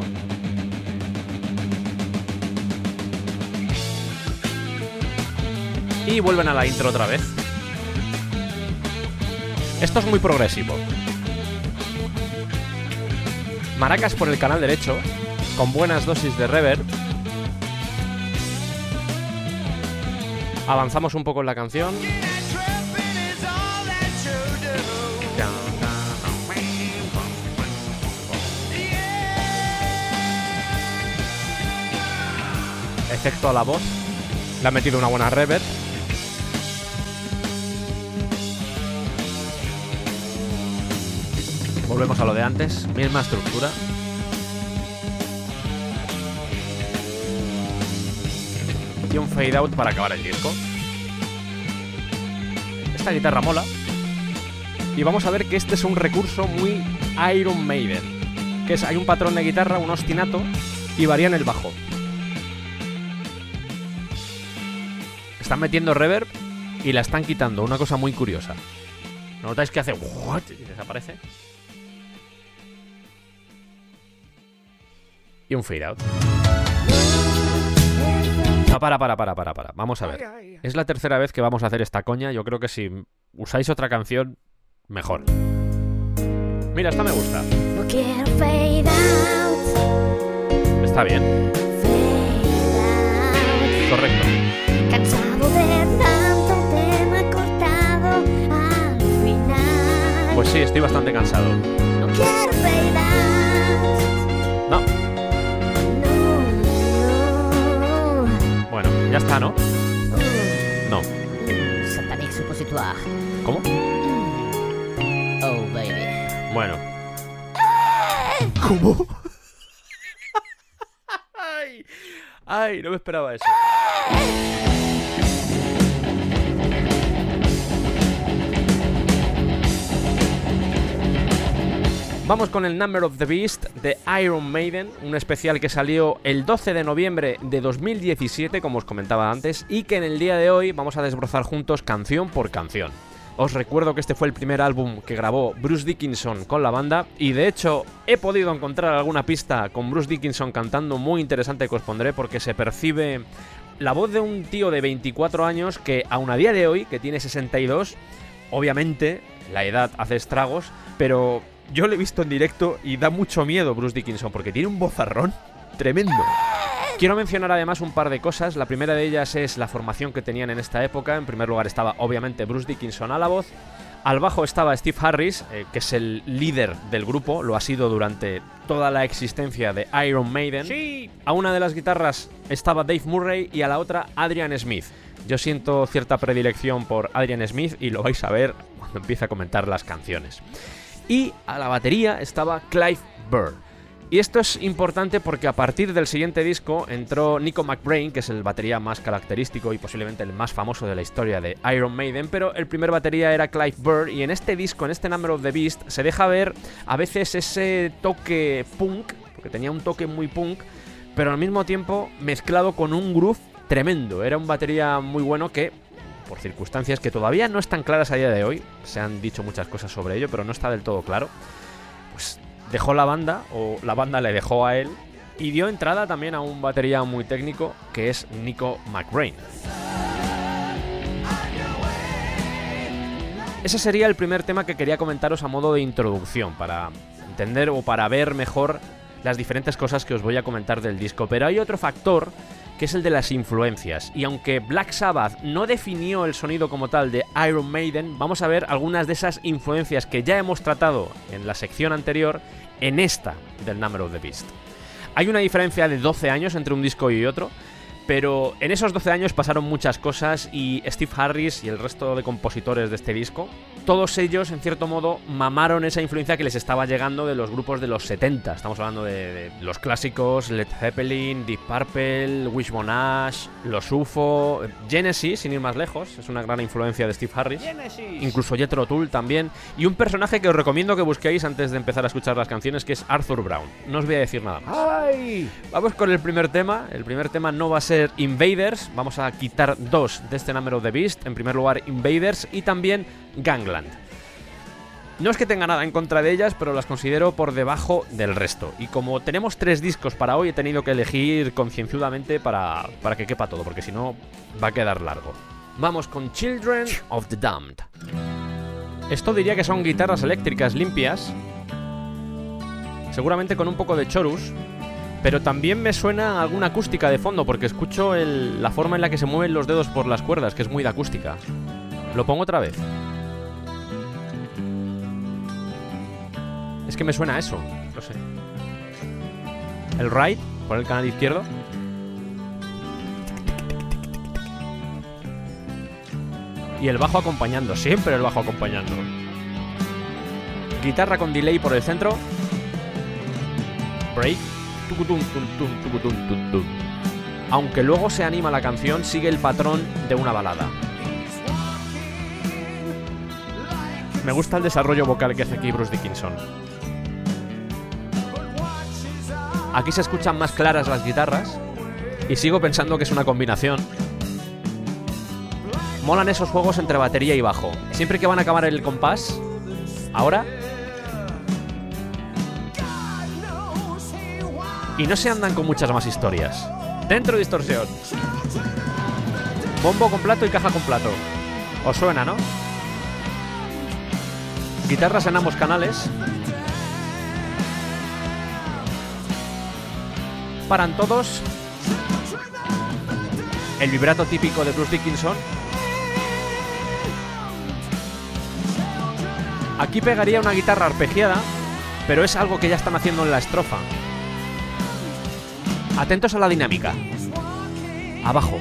Y vuelven a la intro otra vez. Esto es muy progresivo. Maracas por el canal derecho, con buenas dosis de reverb. Avanzamos un poco en la canción. Efecto a la voz. Le ha metido una buena reverb. Volvemos a lo de antes, misma estructura. Y un fade out para acabar el disco. Esta guitarra mola. Y vamos a ver que este es un recurso muy Iron Maiden. Que es, hay un patrón de guitarra, un ostinato, y varían el bajo. Están metiendo reverb y la están quitando, una cosa muy curiosa. ¿Notáis que hace what? Y desaparece? Y un fade out. No, para. Vamos a ver. Es la tercera vez que vamos a hacer esta coña. Yo creo que si usáis otra canción, mejor. Mira, esta me gusta. No quiero fade out. Está bien. Correcto. Cansado de tanto tema cortado al final. Pues sí, estoy bastante cansado. No quiero fade out. No. No. Bueno, ya está, ¿no? No. Satanic Suppositoire. ¿Cómo? Oh, baby. Bueno. ¿Cómo? Ay, no me esperaba eso. Vamos con el Number of the Beast de Iron Maiden, un especial que salió el 12 de noviembre de 2017, como os comentaba antes, y que en el día de hoy vamos a desbrozar juntos canción por canción. Os recuerdo que este fue el primer álbum que grabó Bruce Dickinson con la banda, y de hecho he podido encontrar alguna pista con Bruce Dickinson cantando muy interesante que os pondré, porque se percibe la voz de un tío de 24 años que aun a día de hoy, que tiene 62, obviamente la edad hace estragos, pero yo lo he visto en directo y da mucho miedo Bruce Dickinson, porque tiene un vozarrón tremendo. Quiero mencionar además un par de cosas. La primera de ellas es la formación que tenían en esta época. En primer lugar estaba obviamente Bruce Dickinson a la voz. Al bajo estaba Steve Harris, que es el líder del grupo, lo ha sido durante toda la existencia de Iron Maiden. Sí. A una de las guitarras estaba Dave Murray y a la otra Adrian Smith. Yo siento cierta predilección por Adrian Smith y lo vais a ver cuando empiece a comentar las canciones. Y a la batería estaba Clive Burr. Y esto es importante porque a partir del siguiente disco entró Nico McBrain, que es el batería más característico y posiblemente el más famoso de la historia de Iron Maiden, pero el primer batería era Clive Burr, y en este disco, en este Number of the Beast, se deja ver a veces ese toque punk, porque tenía un toque muy punk, pero al mismo tiempo mezclado con un groove tremendo. Era un batería muy bueno que, por circunstancias que todavía no están claras a día de hoy, se han dicho muchas cosas sobre ello, pero no está del todo claro, pues dejó la banda, o la banda le dejó a él, y dio entrada también a un batería muy técnico que es Nico McBrain. Ese sería el primer tema que quería comentaros a modo de introducción, para entender o para ver mejor las diferentes cosas que os voy a comentar del disco. Pero hay otro factor, que es el de las influencias, y aunque Black Sabbath no definió el sonido como tal de Iron Maiden, vamos a ver algunas de esas influencias que ya hemos tratado en la sección anterior en esta del Number of the Beast. Hay una diferencia de 12 años entre un disco y otro, pero en esos 12 años pasaron muchas cosas y Steve Harris y el resto de compositores de este disco, todos ellos, en cierto modo, mamaron esa influencia que les estaba llegando de los grupos de los 70. Estamos hablando de los clásicos, Led Zeppelin, Deep Purple, Wishbone Ash, los UFO, Genesis, sin ir más lejos, es una gran influencia de Steve Harris. Genesis. Incluso Jethro Tull también. Y un personaje que os recomiendo que busquéis antes de empezar a escuchar las canciones, que es Arthur Brown. No os voy a decir nada más. ¡Ay! Vamos con el primer tema. El primer tema no va a ser Invaders. Vamos a quitar dos de este Number of the Beast. En primer lugar, Invaders y también Gangland. No es que tenga nada en contra de ellas, pero las considero por debajo del resto. Y como tenemos 3 discos para hoy, he tenido que elegir concienzudamente para que quepa todo, porque si no va a quedar largo. Vamos con Children of the Damned. Esto diría que son guitarras eléctricas limpias, seguramente con un poco de chorus, pero también me suena alguna acústica de fondo, porque escucho la forma en la que se mueven los dedos por las cuerdas, que es muy de acústica. Lo pongo otra vez. Es que me suena a eso, no sé. El right, por el canal izquierdo. Y el bajo acompañando, siempre el bajo acompañando. Guitarra con delay por el centro. Break. Tucutum, tum, tum, tucutum, tum, tum. Aunque luego se anima la canción, sigue el patrón de una balada. Me gusta el desarrollo vocal que hace aquí Bruce Dickinson. Aquí se escuchan más claras las guitarras y sigo pensando que es una combinación. Molan esos juegos entre batería y bajo. Siempre que van a acabar el compás, ahora, y no se andan con muchas más historias. Dentro distorsión. Bombo con plato y caja con plato. ¿Os suena, no? Guitarras en ambos canales. Paran todos. El vibrato típico de Bruce Dickinson. Aquí pegaría una guitarra arpegiada, pero es algo que ya están haciendo en la estrofa. Atentos a la dinámica. Abajo.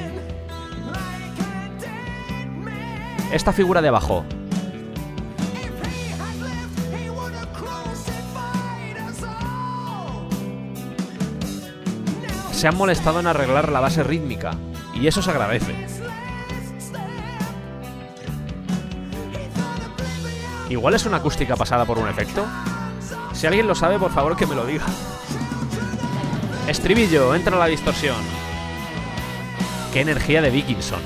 Esta figura de abajo. Se han molestado en arreglar la base rítmica, y eso se agradece. Igual es una acústica pasada por un efecto. Si alguien lo sabe, por favor que me lo diga. Estribillo, entra la distorsión. Qué energía de Dickinson.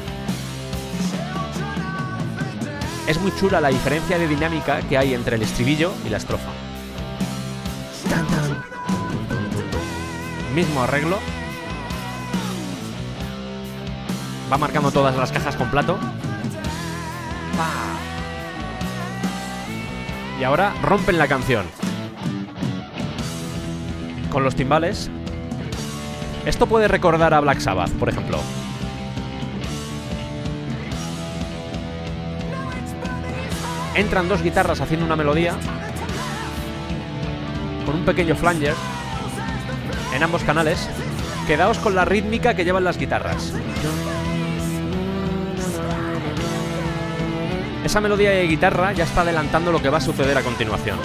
Es muy chula la diferencia de dinámica que hay entre el estribillo y la estrofa. Mismo arreglo. Va marcando todas las cajas con plato. Y ahora rompen la canción con los timbales. Esto puede recordar a Black Sabbath, por ejemplo. Entran dos guitarras haciendo una melodía con un pequeño flanger en ambos canales. Quedaos con la rítmica que llevan las guitarras. Esa melodía de guitarra ya está adelantando lo que va a suceder a continuación.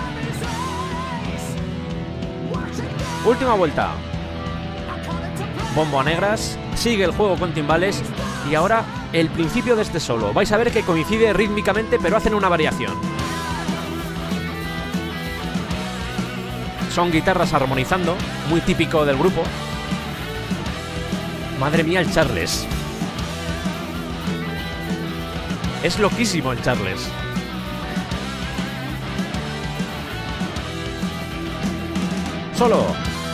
Última vuelta. Bombo a negras. Sigue el juego con timbales. Y ahora el principio de este solo. Vais a ver que coincide rítmicamente, pero hacen una variación. Son guitarras armonizando, muy típico del grupo. Madre mía, el Charles. Es loquísimo el Charles. Solo.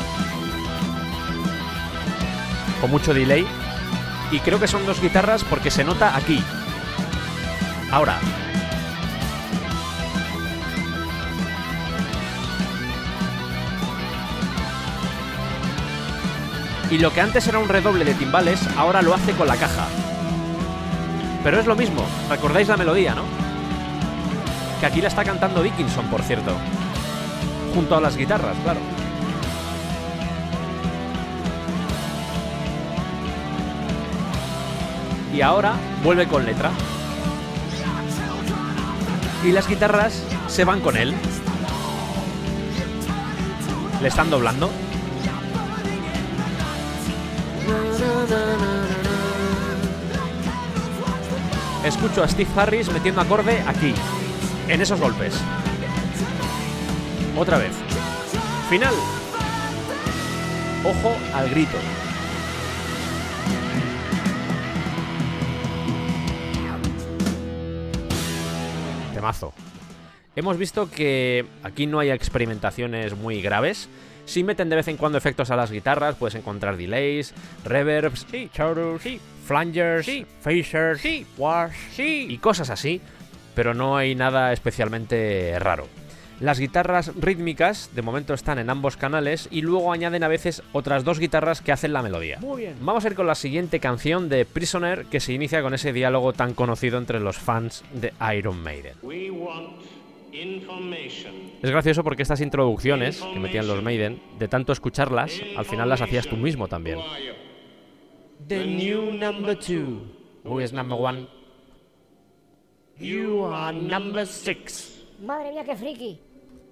Con mucho delay. Y creo que son dos guitarras porque se nota aquí. Ahora. Y lo que antes era un redoble de timbales, ahora lo hace con la caja. Pero es lo mismo, recordáis la melodía, ¿no? Que aquí la está cantando Dickinson, por cierto. Junto a las guitarras, claro. Y ahora vuelve con letra. Y las guitarras se van con él. Le están doblando. Escucho a Steve Harris metiendo acorde aquí, en esos golpes. Otra vez. Final. Ojo al grito. Temazo. Hemos visto que aquí no hay experimentaciones muy graves. Sí meten de vez en cuando efectos a las guitarras. Puedes encontrar delays, reverbs, sí, chorus, sí, flangers, sí, phasers, sí, wash, sí, y cosas así. Pero no hay nada especialmente raro. Las guitarras rítmicas de momento están en ambos canales y luego añaden a veces otras dos guitarras que hacen la melodía. Muy bien. Vamos a ir con la siguiente canción de Prisoner, que se inicia con ese diálogo tan conocido entre los fans de Iron Maiden. Es gracioso porque estas introducciones que metían los Maiden, de tanto escucharlas, al final las hacías tú mismo también. The new number 2. Who is number 1? You are number 6. Madre mía, qué friki.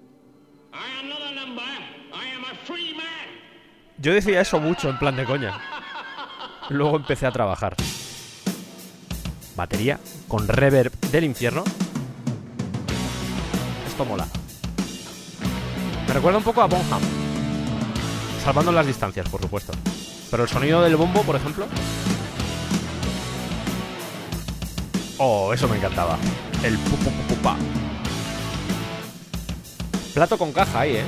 Yo decía eso mucho en plan de coña. Luego empecé a trabajar. Batería con reverb del infierno. Esto mola. Me recuerda un poco a Bonham, salvando las distancias, por supuesto. Pero el sonido del bombo, por ejemplo. Oh, eso me encantaba. El pu pu pu pu pa. Plato con caja ahí,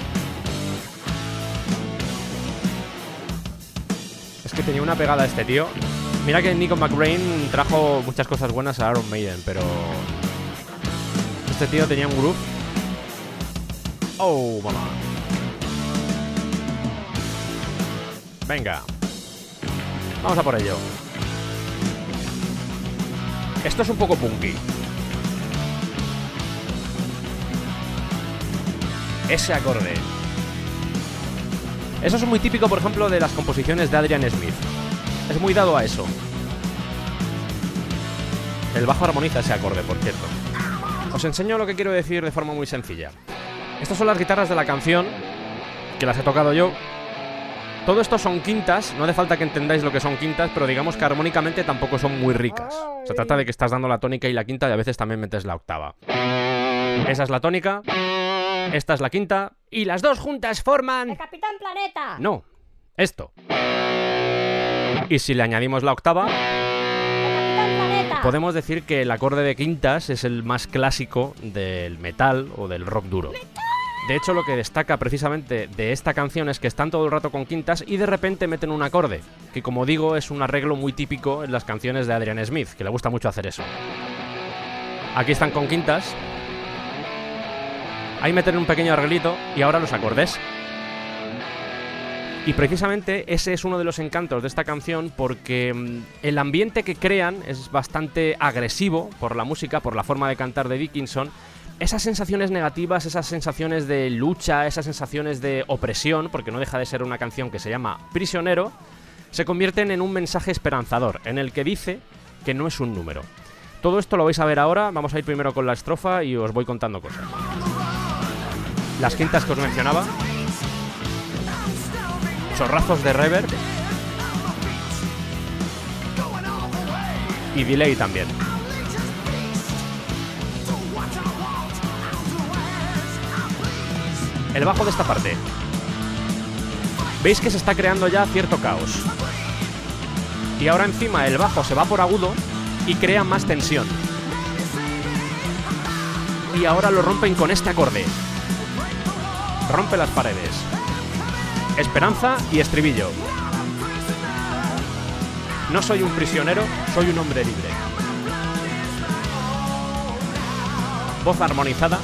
Es que tenía una pegada este tío. Mira que Nico McBrain trajo muchas cosas buenas a Iron Maiden, pero este tío tenía un groove. Oh, mamá. Venga. Vamos a por ello. Esto es un poco punky. Ese acorde. Eso es muy típico, por ejemplo, de las composiciones de Adrian Smith. Es muy dado a eso. El bajo armoniza ese acorde, por cierto. Os enseño lo que quiero decir de forma muy sencilla. Estas son las guitarras de la canción, que las he tocado yo. Todo esto son quintas, no hace falta que entendáis lo que son quintas, pero digamos que armónicamente tampoco son muy ricas. Se trata de que estás dando la tónica y la quinta y a veces también metes la octava. Esa es la tónica, esta es la quinta y las dos juntas forman... ¡El Capitán Planeta! No, esto. Y si le añadimos la octava... ¡El Capitán Planeta! Podemos decir que el acorde de quintas es el más clásico del metal o del rock duro. De hecho, lo que destaca precisamente de esta canción es que están todo el rato con quintas y de repente meten un acorde, que como digo es un arreglo muy típico en las canciones de Adrian Smith, que le gusta mucho hacer eso. Aquí están con quintas, ahí meten un pequeño arreglito y ahora los acordes. Y precisamente ese es uno de los encantos de esta canción, porque el ambiente que crean es bastante agresivo por la música, por la forma de cantar de Dickinson. Esas sensaciones negativas, esas sensaciones de lucha, esas sensaciones de opresión, porque no deja de ser una canción que se llama Prisionero, se convierten en un mensaje esperanzador, en el que dice que no es un número. Todo esto lo vais a ver ahora. Vamos a ir primero con la estrofa y os voy contando cosas. Las quintas que os mencionaba, chorrazos de reverb y delay también. El bajo de esta parte. Veis que se está creando ya cierto caos. Y ahora encima el bajo se va por agudo y crea más tensión. Y ahora lo rompen con este acorde. Rompe las paredes. Esperanza y estribillo. No soy un prisionero, soy un hombre libre. Voz armonizada.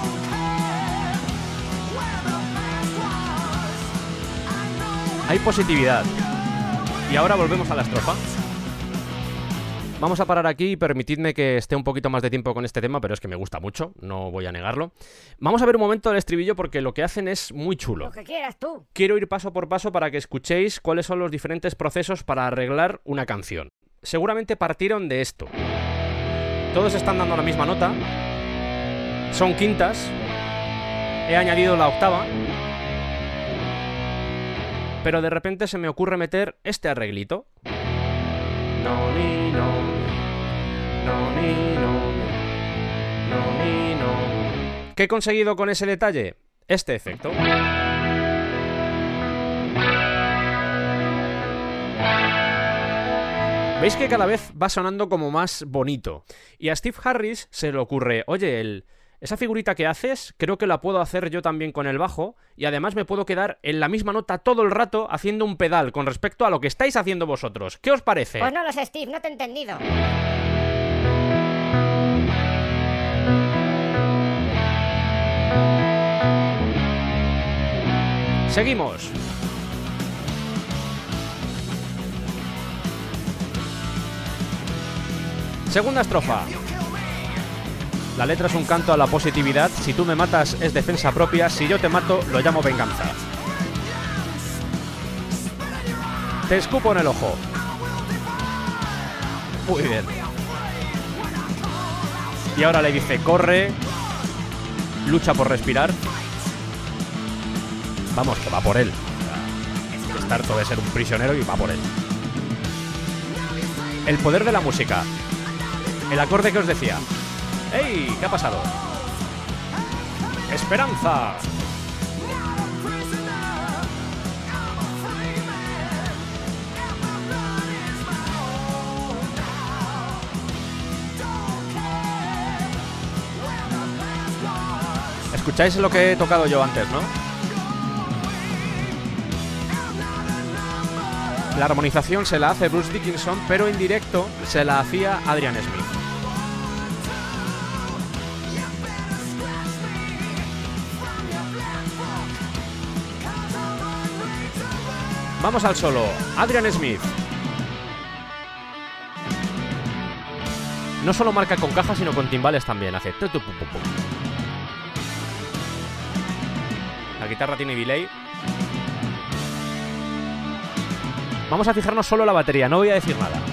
Hay positividad. Y ahora volvemos a la estrofa. Vamos a parar aquí y permitidme que esté un poquito más de tiempo con este tema, pero es que me gusta mucho, no voy a negarlo. Vamos a ver un momento el estribillo porque lo que hacen es muy chulo. Lo que quieras tú. Quiero ir paso por paso para que escuchéis cuáles son los diferentes procesos para arreglar una canción. Seguramente partieron de esto. Todos están dando la misma nota. Son quintas. He añadido la octava. Pero de repente se me ocurre meter este arreglito. No, ni, no. No, ni, no. No, ni, no. ¿Qué he conseguido con ese detalle? Este efecto. Veis que cada vez va sonando como más bonito. Y a Steve Harris se le ocurre, oye, esa figurita que haces, creo que la puedo hacer yo también con el bajo, y además me puedo quedar en la misma nota todo el rato haciendo un pedal con respecto a lo que estáis haciendo vosotros. ¿Qué os parece? Pues no lo sé, Steve, no te he entendido. Seguimos. Segunda estrofa. La letra es un canto a la positividad. Si tú me matas es defensa propia. Si yo te mato lo llamo venganza. Te escupo en el ojo. Muy bien. Y ahora le dice corre. Lucha por respirar. Vamos, que va por él. Está harto de ser un prisionero y va por él. El poder de la música. El acorde que os decía. ¡Ey! ¿Qué ha pasado? ¡Esperanza! ¿Escucháis lo que he tocado yo antes, no? La armonización se la hace Bruce Dickinson, pero en directo se la hacía Adrian Smith. Vamos al solo. Adrian Smith. No solo marca con cajas, sino con timbales también. Hace... La guitarra tiene delay. Vamos a fijarnos solo en la batería, no voy a decir nada.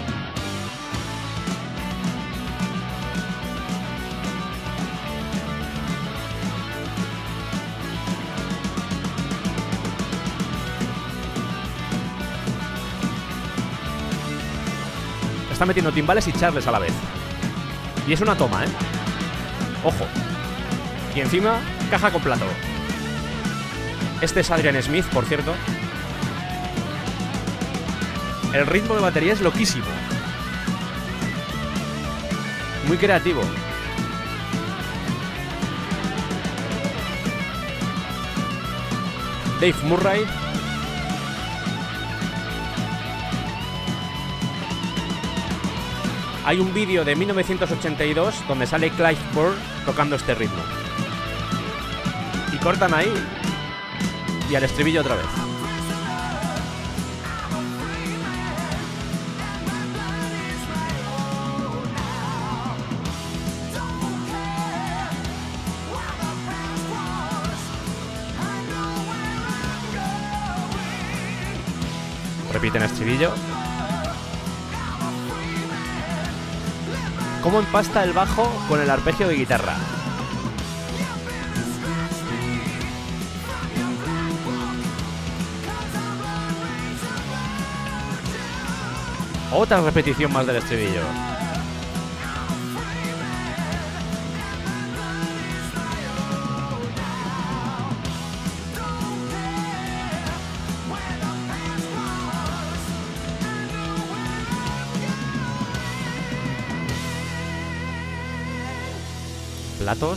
Está metiendo timbales y charles a la vez. Y es una toma, ¿eh? Ojo. Y encima, caja con plato. Este es Adrian Smith, por cierto. El ritmo de batería es loquísimo. Muy creativo. Dave Murray. Hay un vídeo de 1982 donde sale Clive Burr tocando este ritmo. Y cortan ahí. Y al estribillo otra vez. Repiten estribillo. ¿Cómo empasta el bajo con el arpegio de guitarra? Otra repetición más del estribillo. Platos.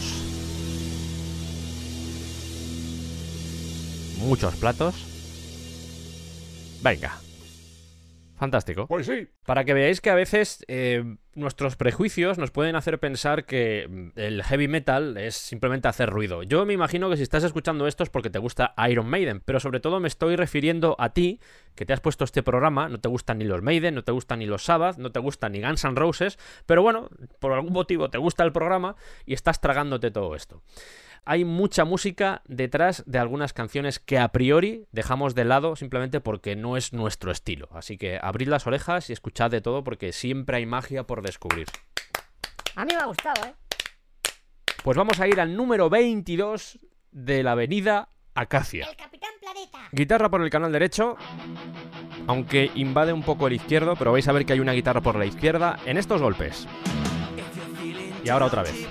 Muchos platos. Venga. Fantástico. Pues sí. Para que veáis que a veces nuestros prejuicios nos pueden hacer pensar que el heavy metal es simplemente hacer ruido. Yo me imagino que si estás escuchando esto es porque te gusta Iron Maiden, pero sobre todo me estoy refiriendo a ti, que te has puesto este programa, no te gustan ni los Maiden, no te gustan ni los Sabbath, no te gustan ni Guns N' Roses, pero bueno, por algún motivo te gusta el programa y estás tragándote todo esto. Hay mucha música detrás de algunas canciones que a priori dejamos de lado simplemente porque no es nuestro estilo. Así que abrid las orejas y escuchad de todo porque siempre hay magia por descubrir. A mí me ha gustado, ¿eh? Pues vamos a ir al número 22 de la avenida Acacia. El Capitán Planeta. Guitarra por el canal derecho, aunque invade un poco el izquierdo, pero vais a ver que hay una guitarra por la izquierda en estos golpes. Y ahora otra vez.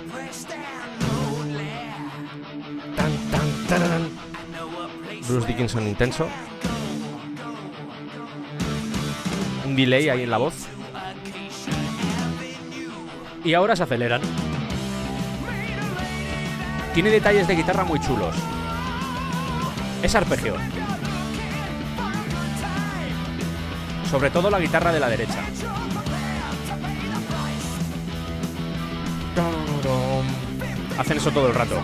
Bruce Dickinson intenso. Un delay ahí en la voz. Y ahora se aceleran. Tiene detalles de guitarra muy chulos. Es arpegio. Sobre todo la guitarra de la derecha. Hacen eso todo el rato.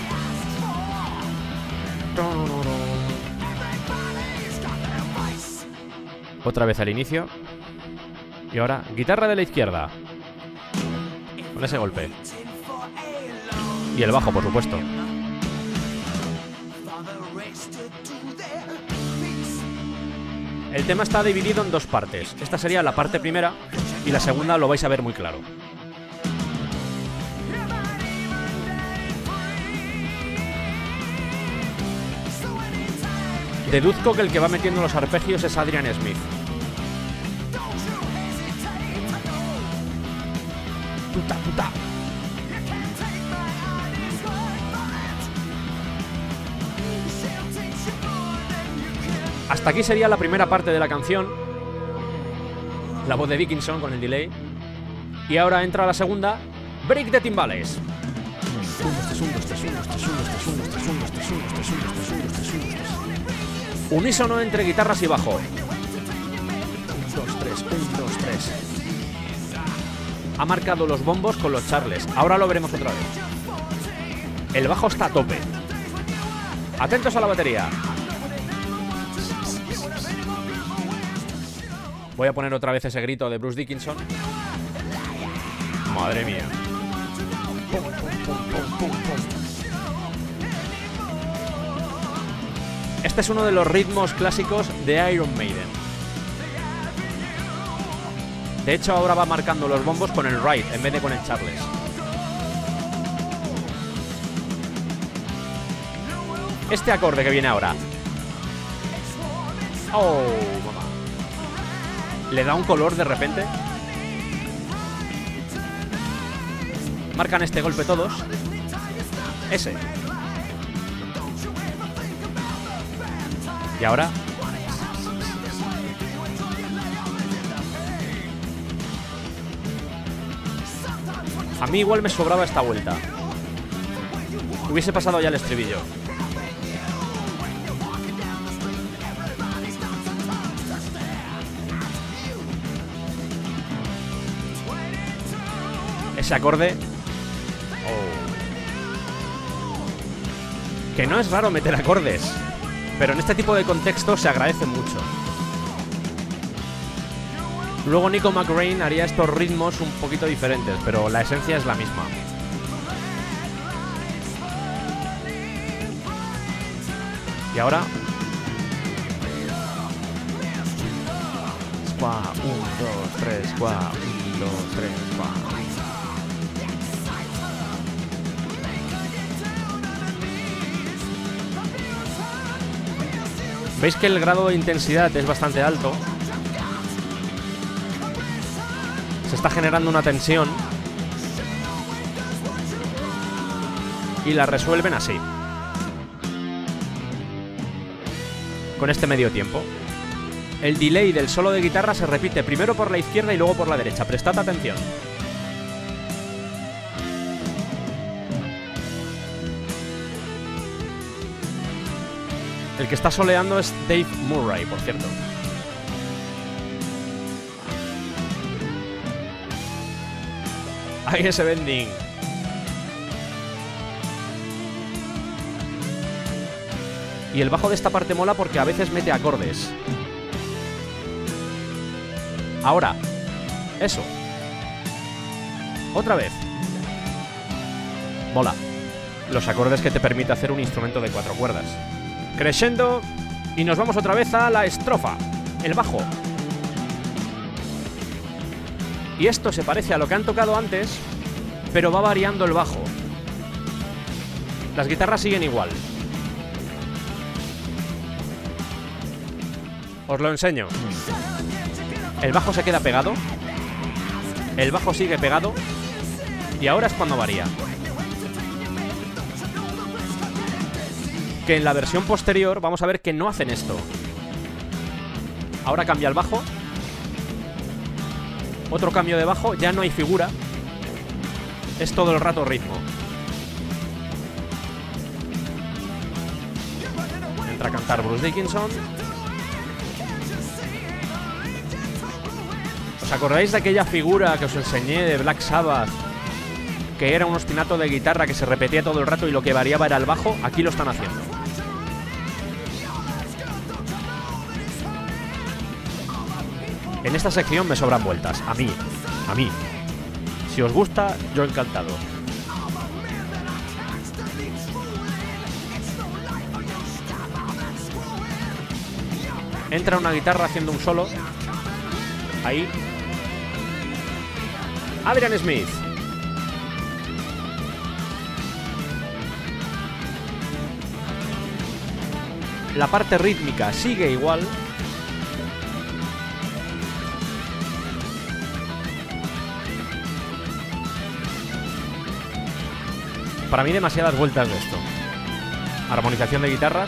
Otra vez al inicio. Y ahora, guitarra de la izquierda. Con ese golpe. Y el bajo, por supuesto. El tema está dividido en dos partes. Esta sería la parte primera y la segunda lo vais a ver muy claro. Deduzco que el que va metiendo los arpegios es Adrian Smith. Tuta, tuta. Hasta aquí sería la primera parte de la canción. La voz de Dickinson con el delay. Y ahora entra la segunda. Break de timbales. Unísono entre guitarras y bajo. 1, 2, 3, 1, 2, 3. Ha marcado los bombos con los charles. Ahora lo veremos otra vez. El bajo está a tope. Atentos a la batería. Voy a poner otra vez ese grito de Bruce Dickinson. Madre mía. Pum, pum, pum, pum, pum, pum. Este es uno de los ritmos clásicos de Iron Maiden. De hecho, ahora va marcando los bombos con el ride en vez de con el charles. Este acorde que viene ahora. Oh, mamá. Le da un color de repente. Marcan este golpe todos. Ese. Y ahora. A mí igual me sobraba esta vuelta. Hubiese pasado ya el estribillo. Ese acorde. Oh. Que no es raro meter acordes, pero en este tipo de contexto se agradece mucho. Luego Nico McRae haría estos ritmos un poquito diferentes, pero la esencia es la misma. Y ahora. 4, 1, 2, 3, 4, 1, 2, 3, 4. ¿Veis que el grado de intensidad es bastante alto? Se está generando una tensión y la resuelven así, con este medio tiempo. El delay del solo de guitarra se repite primero por la izquierda y luego por la derecha. Prestad atención. El que está soleando es Dave Murray, por cierto. Ahí ese bending. Y el bajo de esta parte mola porque a veces mete acordes. Ahora. Eso. Otra vez. Mola. Los acordes que te permite hacer un instrumento de 4 cuerdas. Crescendo. Y nos vamos otra vez a la estrofa. El bajo. Y esto se parece a lo que han tocado antes, pero va variando el bajo. Las guitarras siguen igual. Os lo enseño. El bajo se queda pegado. El bajo sigue pegado. Y ahora es cuando varía. Que en la versión posterior vamos a ver que no hacen esto. Ahora cambia el bajo. Otro cambio de bajo, ya no hay figura. Es todo el rato ritmo. Entra a cantar Bruce Dickinson. ¿Os acordáis de aquella figura que os enseñé de Black Sabbath? Que era un ostinato de guitarra que se repetía todo el rato y lo que variaba era el bajo. Aquí lo están haciendo. En esta sección me sobran vueltas. A mí. Si os gusta, yo encantado. Entra una guitarra haciendo un solo. Ahí. Adrian Smith. La parte rítmica sigue igual. Para mí demasiadas vueltas de esto. Armonización de guitarras.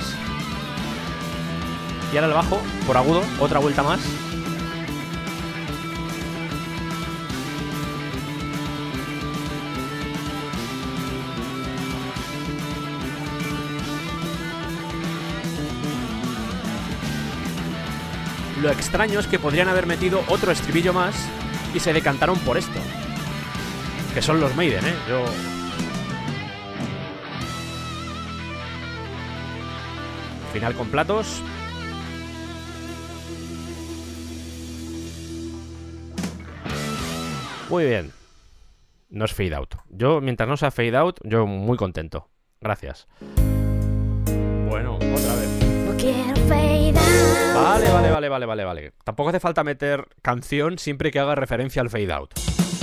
Y ahora el bajo, por agudo, otra vuelta más. Lo extraño es que podrían haber metido otro estribillo más y se decantaron por esto. Que son los Maiden, ¿eh? Final con platos. Muy bien. No es fade out. Yo, mientras no sea fade out, yo muy contento. Gracias. Bueno, otra vez. No quiero fade out. Vale. Tampoco hace falta meter canción siempre que haga referencia al fade out.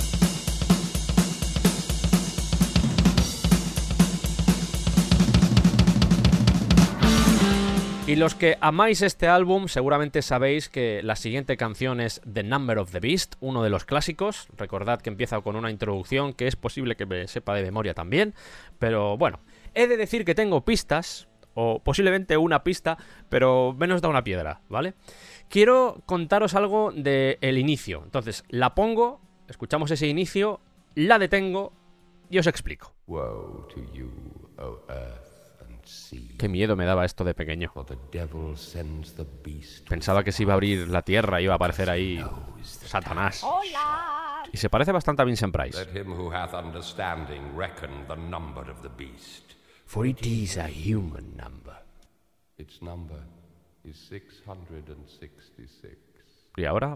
Y los que amáis este álbum seguramente sabéis que la siguiente canción es The Number of the Beast, uno de los clásicos. Recordad que empieza con una introducción que es posible que me sepa de memoria también. Pero bueno, he de decir que tengo pistas, o posiblemente una pista, pero menos da una piedra, ¿vale? Quiero contaros algo del inicio. Entonces, la pongo, escuchamos ese inicio, la detengo y os explico. Woe to you, O earth. Qué miedo me daba esto de pequeño. Pensaba que se iba a abrir la tierra y iba a aparecer ahí Satanás. ¡Hola! Y se parece bastante a Vincent Price. For it is a human number. Its number is 666. Y ahora...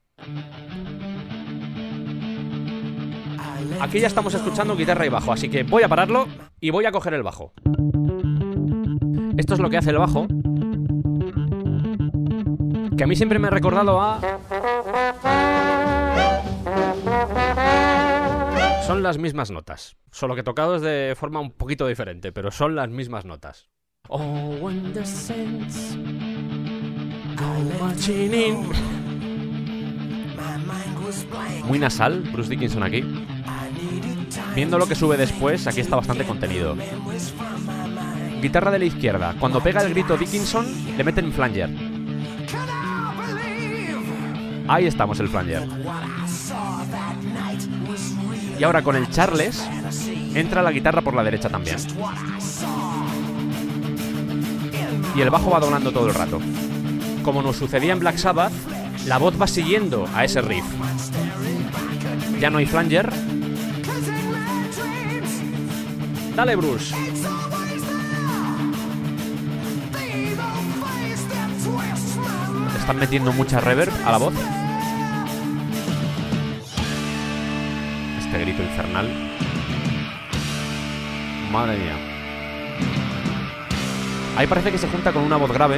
Aquí ya estamos escuchando guitarra y bajo, así que voy a pararlo y voy a coger el bajo. Esto es lo que hace el bajo, que a mí siempre me ha recordado a Son las mismas notas, solo que tocados de forma un poquito diferente, pero son las mismas notas. Oh, when the saints go marching in. Muy nasal, Bruce Dickinson aquí. Viendo lo que sube después, aquí está bastante contenido. Guitarra de la izquierda. Cuando pega el grito Dickinson, le meten flanger. Ahí estamos, el flanger. Y ahora con el Charles entra la guitarra por la derecha también. Y el bajo va doblando todo el rato. Como nos sucedía en Black Sabbath, la voz va siguiendo a ese riff. Ya no hay flanger. Dale, Bruce. Le están metiendo mucha reverb a la voz. Este grito infernal. Madre mía. Ahí parece que se junta con una voz grave.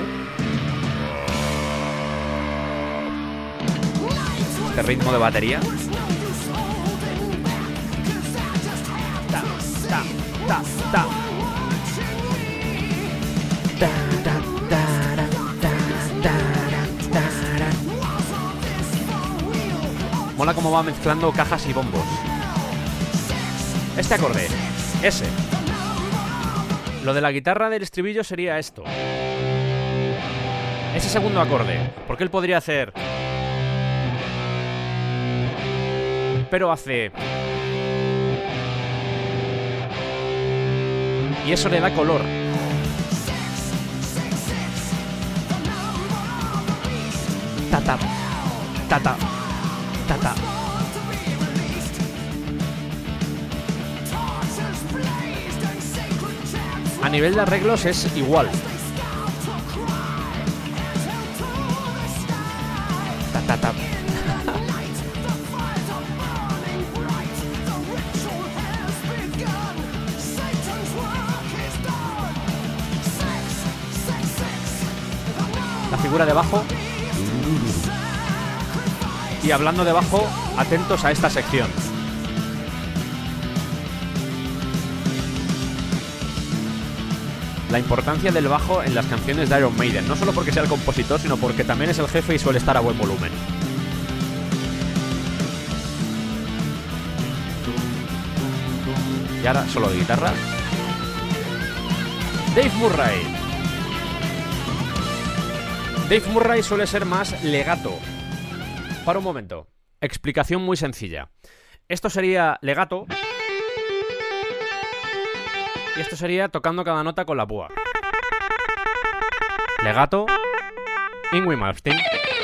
Este ritmo de batería. Ta, ta, ta, ta. Ta, ta, ta, ta, ta, ta, ta. Mola cómo va mezclando cajas y bombos. Este acorde, ese. Lo de la guitarra del estribillo sería esto. Ese segundo acorde. Porque él podría hacer... Pero hace... Y eso le da color. Tata, tata, tata. A nivel de arreglos es igual. Ta, ta, ta. La figura de bajo. Y hablando de bajo, atentos a esta sección. La importancia del bajo en las canciones de Iron Maiden, no solo porque sea el compositor, sino porque también es el jefe y suele estar a buen volumen. Y ahora solo de guitarra. Dave Murray. Dave Murray suele ser más legato. Para un momento. Explicación muy sencilla. Esto sería legato. Y esto sería tocando cada nota con la púa. Legato. Yngwie Malmsteen.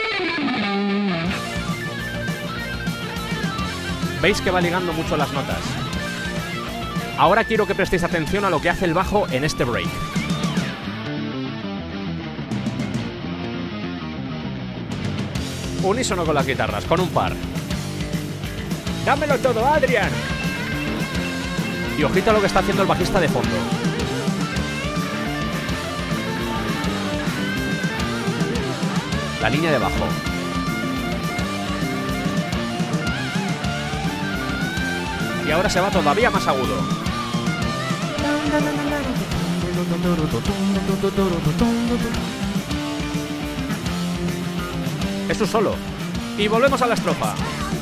Veis que va ligando mucho las notas. Ahora quiero que prestéis atención a lo que hace el bajo en este break. Unísono con las guitarras, con un par. ¡Dámelo todo, Adrian! Y ojito a lo que está haciendo el bajista de fondo. La línea de bajo. Y ahora se va todavía más agudo. Es un solo. Y volvemos a la estrofa.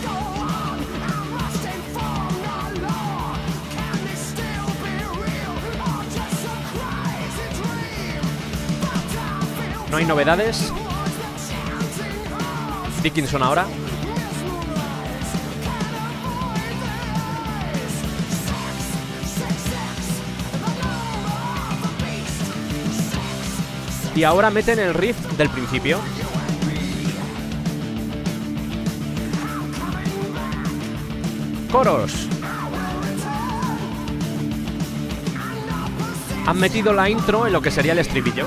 No hay novedades. Dickinson ahora. Y ahora meten el riff del principio. Coros. Han metido la intro en lo que sería el estribillo.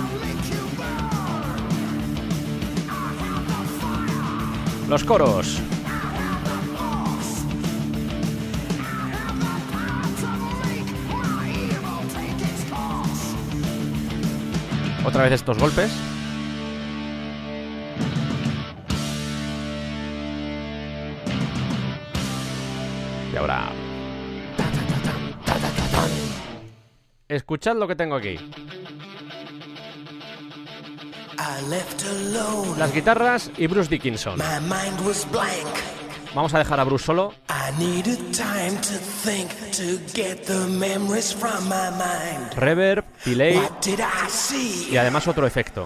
Los coros. Otra vez estos golpes. Escuchad lo que tengo aquí. Las guitarras y Bruce Dickinson. Vamos a dejar a Bruce solo. Reverb, delay y además otro efecto.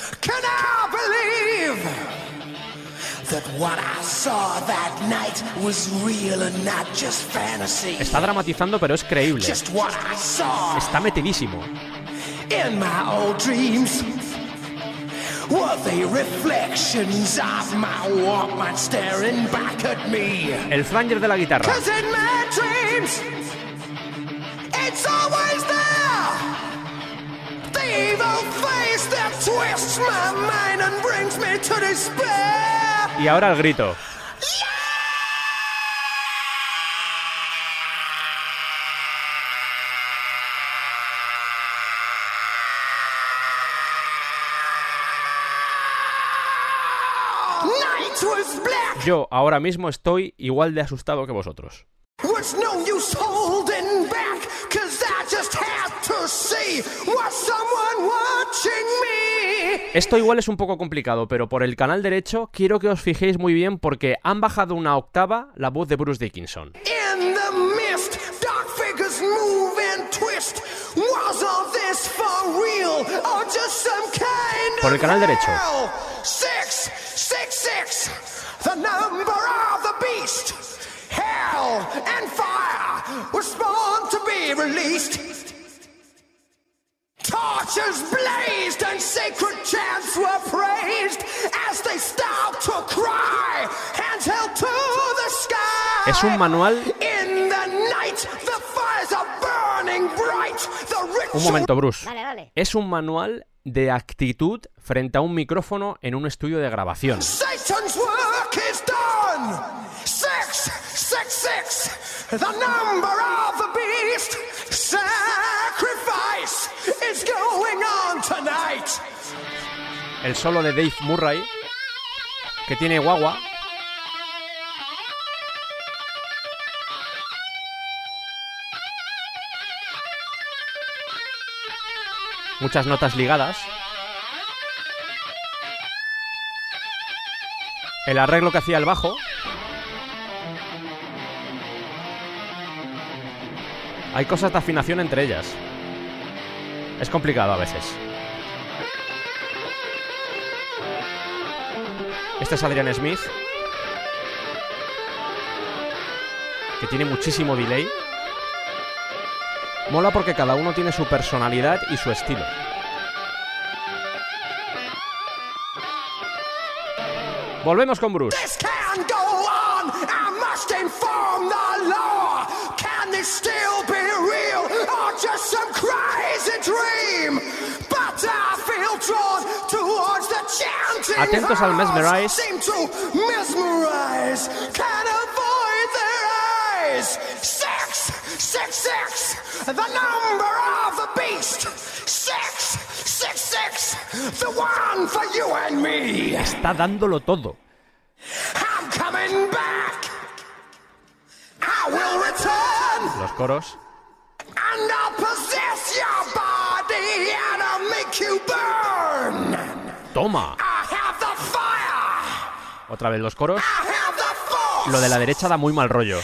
Está dramatizando, pero es creíble. Está metidísimo. El flanger de la guitarra. Y ahora el grito. Yo ahora mismo estoy igual de asustado que vosotros. Esto igual es un poco complicado, pero por el canal derecho quiero que os fijéis muy bien porque han bajado una octava la voz de Bruce Dickinson. Por el canal derecho. The number of the beast, hell and fire was born to be released. Torches blazed and sacred chants were praised as they stopped to cry, hands held to the sky. Es un manual. In the night, the fires are burning bright. The ritual... Un momento, Bruce. Dale. Es un manual de actitud frente a un micrófono en un estudio de grabación. Satan's work is done. 666, the number of the beast. Sacrifice is going on tonight. El solo de Dave Murray, que tiene guagua. Muchas notas ligadas. El arreglo que hacía el bajo. Hay cosas de afinación entre ellas. Es complicado a veces. Este es Adrian Smith, que tiene muchísimo delay. Mola porque cada uno tiene su personalidad y su estilo. Volvemos con Bruce. Atentos al Mesmerize. The number of the beast. 666, the one for you and me. Está dándolo todo. I'm coming back. I will return. Los coros. And I'll possess your body and I'll make you burn. Toma. I have the fire. Otra vez los coros. I have the force. Lo de la derecha da muy mal rollo.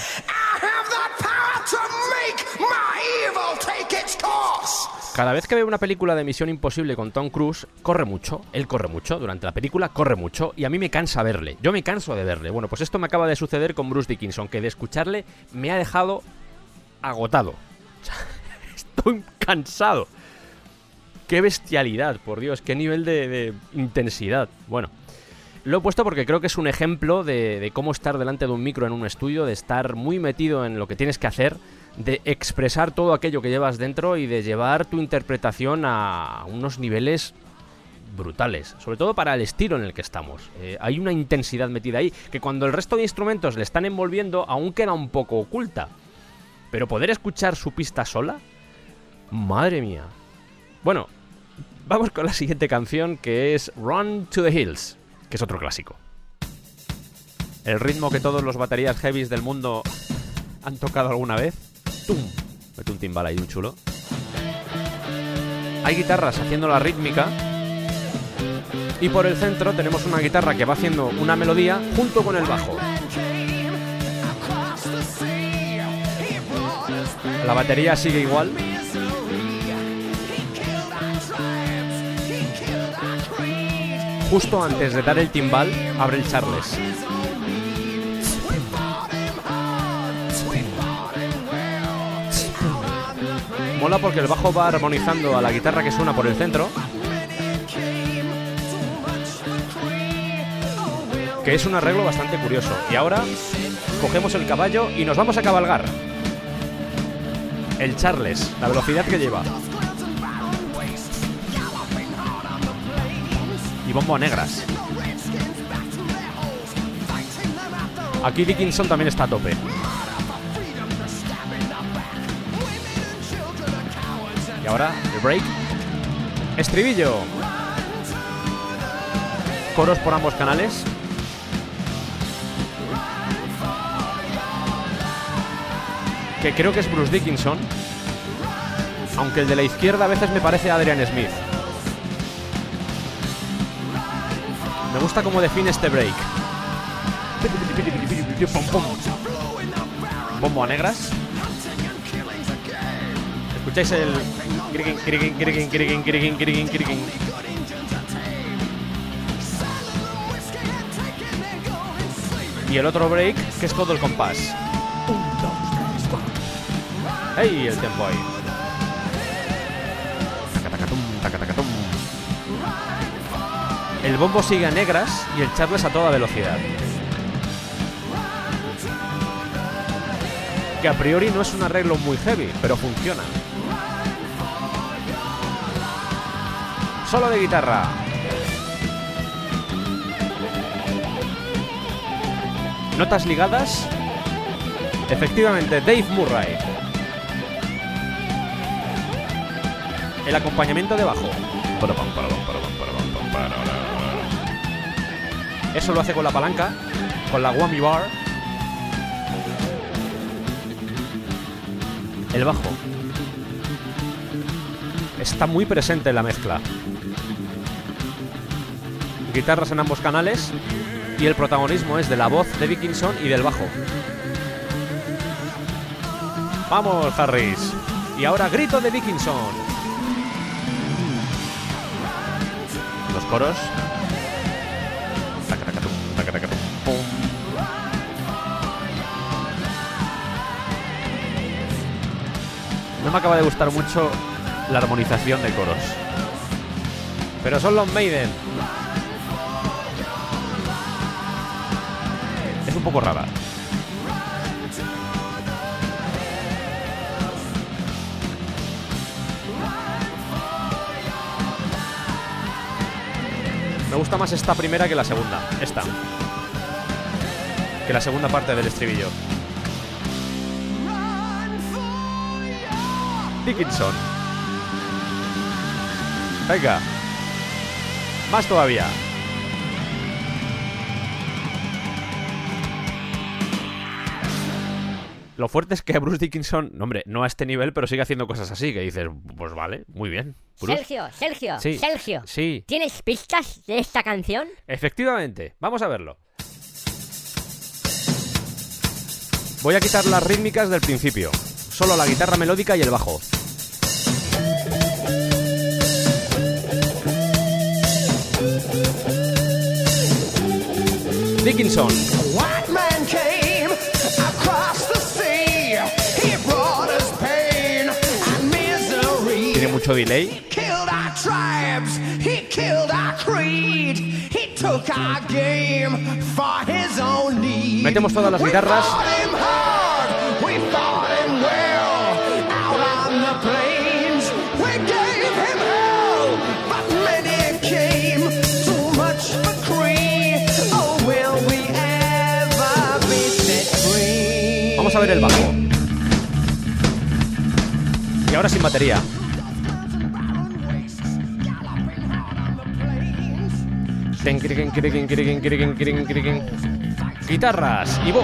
Cada vez que veo una película de Misión Imposible con Tom Cruise, corre mucho, él corre mucho, durante la película corre mucho, y a mí me cansa verle, yo me canso de verle. Bueno, pues esto me acaba de suceder con Bruce Dickinson, que de escucharle me ha dejado agotado. Estoy cansado. Qué bestialidad, por Dios, qué nivel de intensidad. Bueno, lo he puesto porque creo que es un ejemplo de cómo estar delante de un micro en un estudio, de estar muy metido en lo que tienes que hacer, de expresar todo aquello que llevas dentro y de llevar tu interpretación a unos niveles brutales, sobre todo para el estilo en el que estamos. Hay una intensidad metida ahí que cuando el resto de instrumentos le están envolviendo aún queda un poco oculta, pero poder escuchar su pista sola, madre mía. Bueno, vamos con la siguiente canción, que es Run to the Hills, que es otro clásico. El ritmo que todos los baterías heavies del mundo han tocado alguna vez. ¡Tum! Mete un timbal ahí, un chulo. hay guitarras haciendo la rítmica y por el centro tenemos una guitarra que va haciendo una melodía junto con el bajo. La batería sigue igual. Justo antes de dar el timbal, abre el Charles. Mola porque el bajo va armonizando a la guitarra que suena por el centro, que es un arreglo bastante curioso. Y ahora cogemos el caballo y nos vamos a cabalgar. El Charles, la velocidad que lleva. Y bombo a negras. Aquí Dickinson también está a tope. Y ahora el break. Estribillo. Coros por ambos canales. Que creo que es Bruce Dickinson, aunque el de la izquierda a veces me parece Adrian Smith. Me gusta cómo define este break. Bombo a negras. ¿Escucháis el criquen? Y el otro break, que es todo el compás. ¡Ey! El tempo ahí. Tacatacatum. El bombo sigue a negras y el Charles a toda velocidad. Que a priori no es un arreglo muy heavy, pero funciona. Solo de guitarra. Notas ligadas. Efectivamente, Dave Murray. El acompañamiento de bajo. Eso lo hace con la palanca, con la whammy bar. El bajo está muy presente en la mezcla. Guitarras en ambos canales y el protagonismo es de la voz de Dickinson y del bajo. ¡Vamos, Harris! Y ahora grito de Dickinson. Los coros. No me acaba de gustar mucho la armonización de coros, pero son los Maiden. Es un poco rara. Me gusta más esta primera que la segunda. Esta. Que la segunda parte del estribillo. Dickinson. Venga. Más todavía. Lo fuerte es que Bruce Dickinson, no, hombre, no a este nivel, pero sigue haciendo cosas así, que dices, pues vale, muy bien. Bruce. Sergio. Sí. ¿Tienes pistas de esta canción? Efectivamente. Vamos a verlo. Voy a quitar las rítmicas del principio. Solo la guitarra melódica y el bajo. Dickinson. Tiene mucho delay. Metemos todas las guitarras. Vamos a ver el bajo. Y ahora sin batería. Guitarras y voz.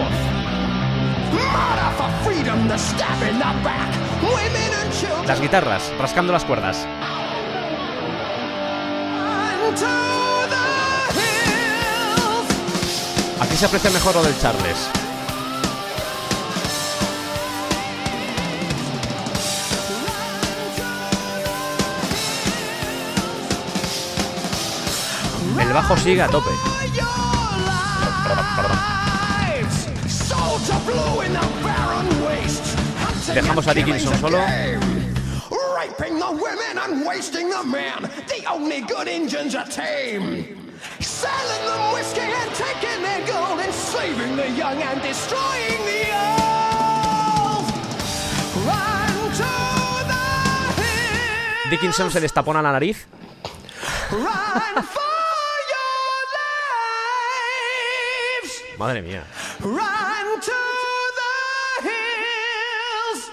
Las guitarras rascando las cuerdas. Aquí se aprecia mejor lo del Charles. El bajo sigue a tope. Dejamos a Dickinson solo. Raping the women and wasting the men. The only good Indians are tame. Selling them whiskey and taking their gold, enslaving the young and destroying the old. Run to the hill. Dickinson se destapona la nariz. Run for your lives. Madre mía. Run to the hills.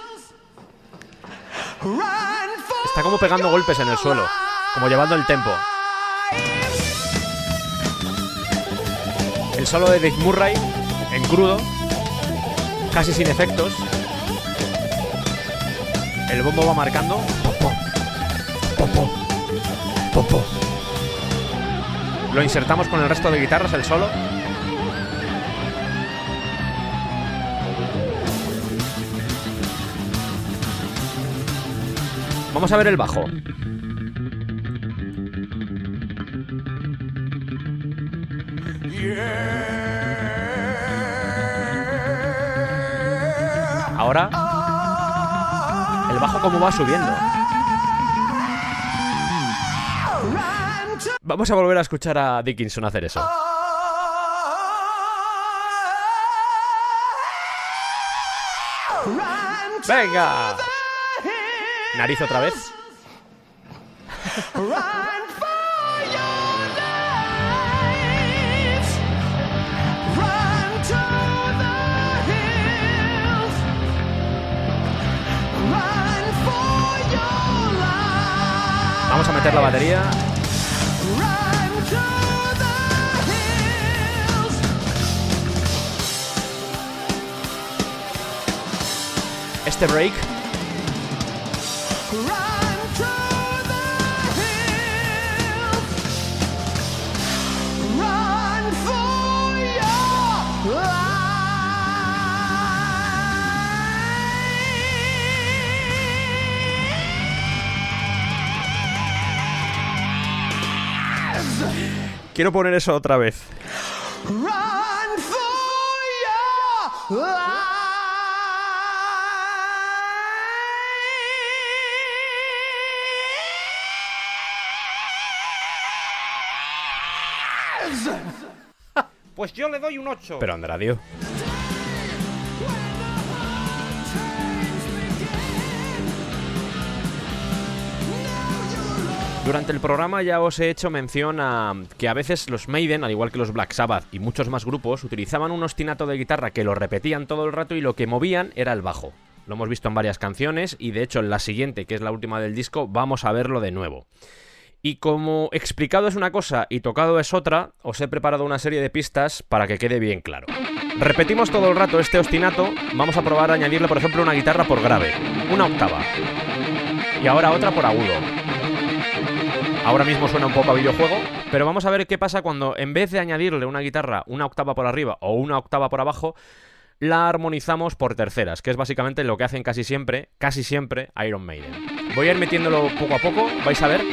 Run for Está como pegando golpes en el suelo, como llevando el tempo. El solo de Dave Murray, en crudo, casi sin efectos. El bombo va marcando. Lo insertamos con el resto de guitarras, el solo. Vamos a ver el bajo. Ahora, el bajo como va subiendo. Vamos a volver a escuchar a Dickinson hacer eso. ¡Venga! Nariz otra vez. Vamos a meter la batería. Este break. Quiero poner eso otra vez. Run for your lives. Pues yo le doy un 8. Pero Andradio. Durante el programa ya os he hecho mención a que a veces los Maiden, al igual que los Black Sabbath y muchos más grupos, utilizaban un ostinato de guitarra que lo repetían todo el rato y lo que movían era el bajo. Lo hemos visto en varias canciones y de hecho en la siguiente, que es la última del disco, vamos a verlo de nuevo. Y como explicado es una cosa y tocado es otra, os he preparado una serie de pistas para que quede bien claro. Repetimos todo el rato este ostinato, vamos a probar a añadirle por ejemplo una guitarra por grave, una octava, y ahora otra por agudo. Ahora mismo suena un poco a videojuego, pero vamos a ver qué pasa cuando en vez de añadirle una guitarra una octava por arriba o una octava por abajo, la armonizamos por terceras, que es básicamente lo que hacen casi siempre Iron Maiden. Voy a ir metiéndolo poco a poco, vais a ver.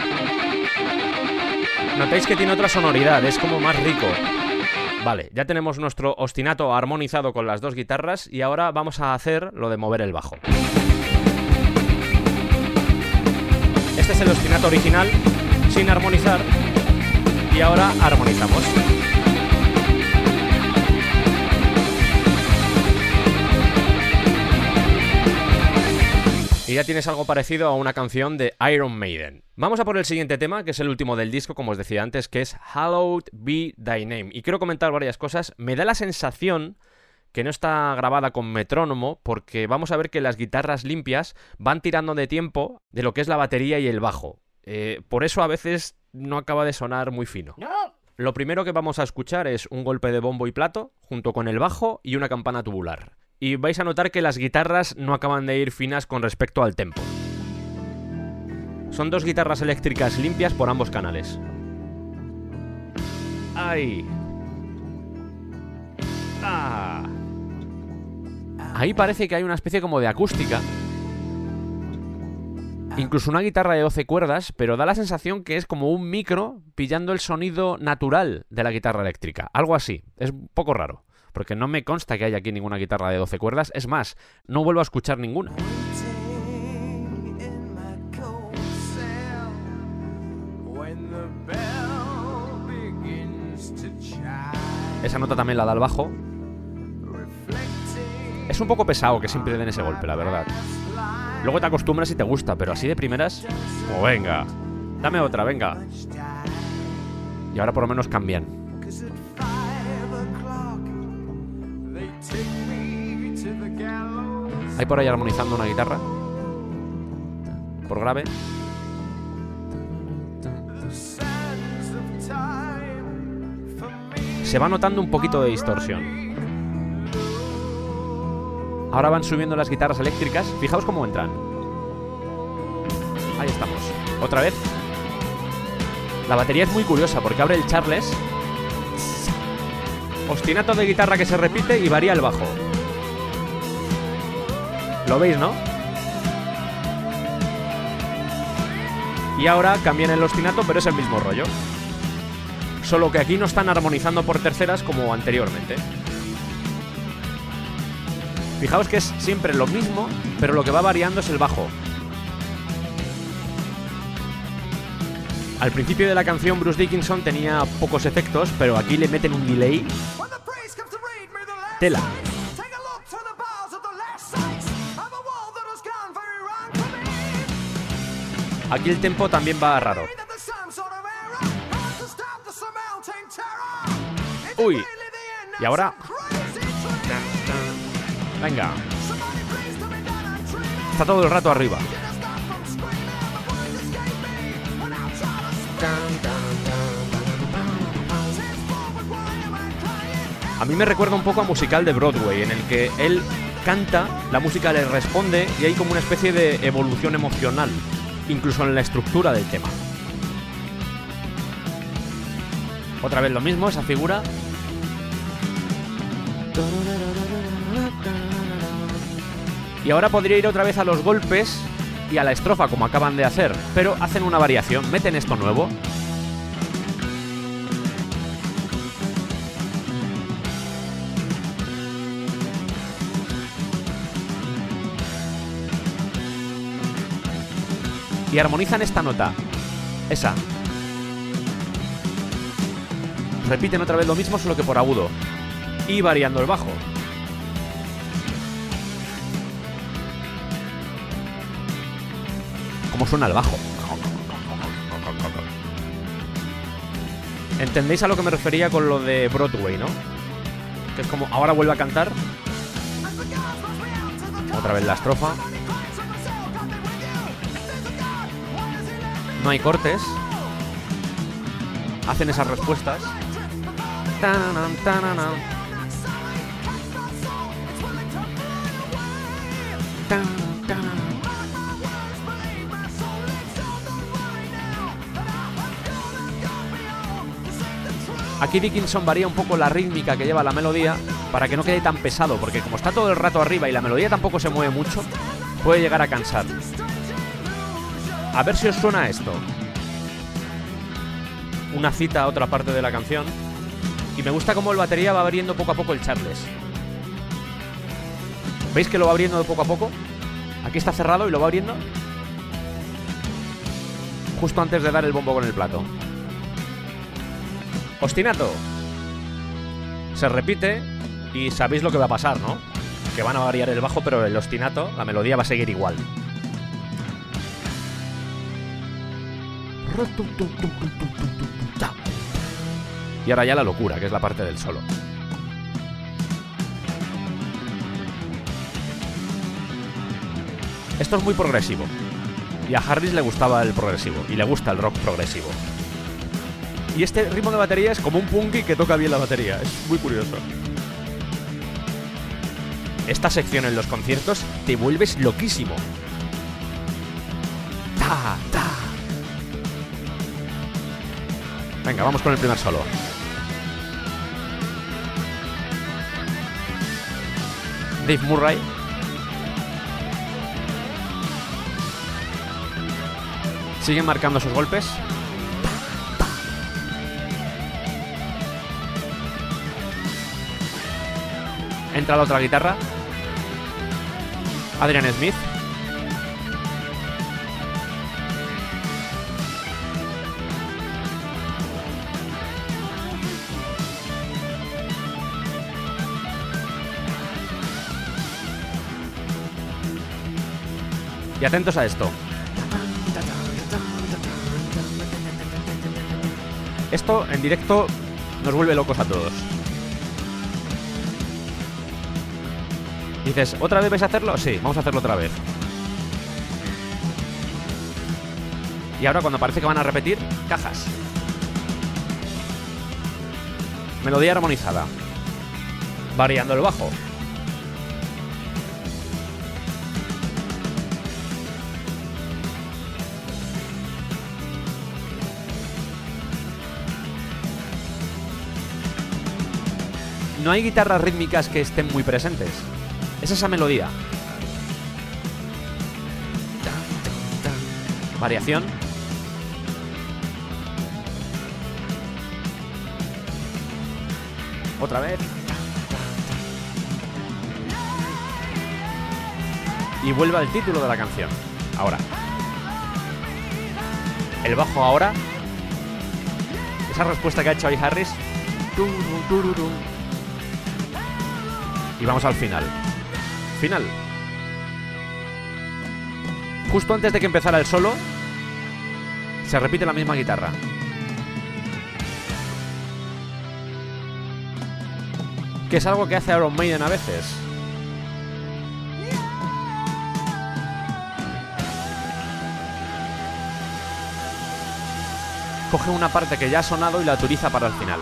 Notáis que tiene otra sonoridad, es como más rico. Vale, ya tenemos nuestro ostinato armonizado con las dos guitarras y ahora vamos a hacer lo de mover el bajo. Este es el ostinato original, sin armonizar, y ahora armonizamos. Y ya tienes algo parecido a una canción de Iron Maiden. Vamos a por el siguiente tema, que es el último del disco, como os decía antes, que es Hallowed Be Thy Name. Y quiero comentar varias cosas. Me da la sensación que no está grabada con metrónomo, porque vamos a ver que las guitarras limpias van tirando de tiempo de lo que es la batería y el bajo. Por eso a veces no acaba de sonar muy fino. ¡No! Lo primero que vamos a escuchar es un golpe de bombo y plato, junto con el bajo y una campana tubular. Y vais a notar que las guitarras no acaban de ir finas con respecto al tempo. Son dos guitarras eléctricas limpias por ambos canales. ¡Ay! ¡Ah! Ahí parece que hay una especie como de acústica. Incluso una guitarra de 12 cuerdas, pero da la sensación que es como un micro pillando el sonido natural de la guitarra eléctrica. Algo así. Es un poco raro, porque no me consta que haya aquí ninguna guitarra de 12 cuerdas. Es más, no vuelvo a escuchar ninguna. Esa nota también la da el bajo. Es un poco pesado que siempre den ese golpe, la verdad. Luego te acostumbras y te gusta, pero así de primeras... ¡Oh, venga! Dame otra, venga. Y ahora por lo menos cambian. Hay por ahí armonizando una guitarra. Por grave. Se va notando un poquito de distorsión. Ahora van subiendo las guitarras eléctricas. Fijaos cómo entran. Ahí estamos. Otra vez. La batería es muy curiosa porque abre el Charles. Ostinato de guitarra que se repite y varía el bajo. ¿Lo veis, no? Y ahora cambian el ostinato, pero es el mismo rollo. Solo que aquí no están armonizando por terceras como anteriormente. Fijaos que es siempre lo mismo, pero lo que va variando es el bajo. Al principio de la canción Bruce Dickinson tenía pocos efectos, pero aquí le meten un delay. Tela. Aquí el tempo también va raro. Uy. Y ahora... Venga. Está todo el rato arriba. A mí me recuerda un poco a musical de Broadway, en el que él canta, la música le responde y hay como una especie de evolución emocional, incluso en la estructura del tema. Otra vez lo mismo, esa figura. Y ahora podría ir otra vez a los golpes y a la estrofa como acaban de hacer, pero hacen una variación, meten esto nuevo. Y armonizan esta nota, esa. Repiten otra vez lo mismo, solo que por agudo. Y variando el bajo. ¿Cómo suena el bajo? ¿Entendéis a lo que me refería con lo de Broadway, no? Que es como, ahora vuelve a cantar. Otra vez la estrofa. No hay cortes. Hacen esas respuestas. Tananan, tananan. Tan, tan. Aquí Dickinson varía un poco la rítmica que lleva la melodía para que no quede tan pesado, porque como está todo el rato arriba y la melodía tampoco se mueve mucho, puede llegar a cansar. A ver si os suena esto. Una cita a otra parte de la canción. Y me gusta cómo el batería va abriendo poco a poco el Charles. ¿Veis que lo va abriendo de poco a poco? Aquí está cerrado y lo va abriendo justo antes de dar el bombo con el plato. Ostinato. Se repite y sabéis lo que va a pasar, ¿no? Que van a variar el bajo, pero el ostinato, la melodía va a seguir igual. Y ahora ya la locura, que es la parte del solo. Esto es muy progresivo. Y a Harris le gustaba el progresivo. Y le gusta el rock progresivo. Y este ritmo de batería es como un punky que toca bien la batería. Es muy curioso. Esta sección en los conciertos te vuelves loquísimo. Ta, ta. Venga, vamos con el primer solo. Dave Murray. Siguen marcando sus golpes. Entra la otra guitarra. Adrian Smith. Y atentos a esto. Esto en directo nos vuelve locos a todos. Dices, ¿otra vez vais a hacerlo? Sí, vamos a hacerlo otra vez. Y ahora cuando parece que van a repetir, cajas. Melodía armonizada. Variando el bajo. No hay guitarras rítmicas que estén muy presentes. Es esa melodía. Variación. Otra vez. Y vuelve al título de la canción. Ahora. El bajo ahora. Esa respuesta que ha hecho ahí Harris. Y vamos al final. Final. Justo antes de que empezara el solo, se repite la misma guitarra. Que es algo que hace Iron Maiden a veces. Coge una parte que ya ha sonado y la utiliza para el final.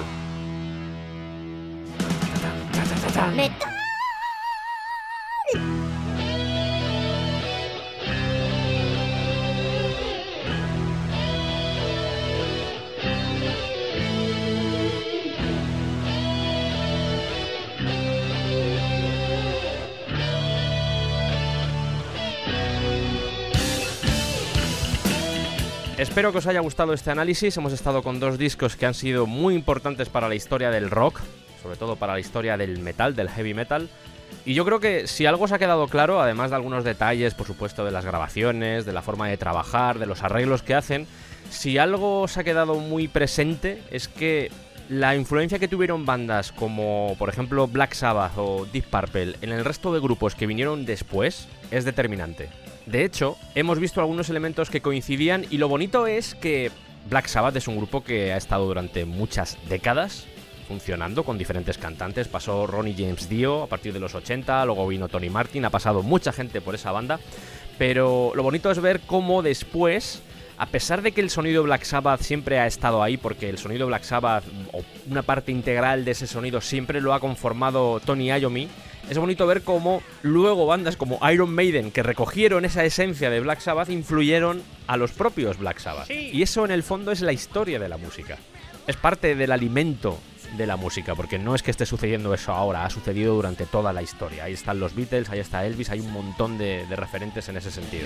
Espero que os haya gustado este análisis. Hemos estado con dos discos que han sido muy importantes para la historia del rock, sobre todo para la historia del metal, del heavy metal. Y yo creo que si algo os ha quedado claro, además de algunos detalles, por supuesto, de las grabaciones, de la forma de trabajar, de los arreglos que hacen, si algo os ha quedado muy presente es que la influencia que tuvieron bandas como, por ejemplo, Black Sabbath o Deep Purple en el resto de grupos que vinieron después es determinante. De hecho, hemos visto algunos elementos que coincidían y lo bonito es que Black Sabbath es un grupo que ha estado durante muchas décadas funcionando con diferentes cantantes. Pasó Ronnie James Dio a partir de los 80, luego vino Tony Martin, ha pasado mucha gente por esa banda, pero lo bonito es ver cómo después, a pesar de que el sonido Black Sabbath siempre ha estado ahí, porque el sonido Black Sabbath, o una parte integral de ese sonido, siempre lo ha conformado Tony Iommi, es bonito ver cómo luego bandas como Iron Maiden, que recogieron esa esencia de Black Sabbath, influyeron a los propios Black Sabbath. Sí. Y eso en el fondo es la historia de la música. Es parte del alimento de la música, porque no es que esté sucediendo eso ahora, ha sucedido durante toda la historia. Ahí están los Beatles, ahí está Elvis, hay un montón de referentes en ese sentido.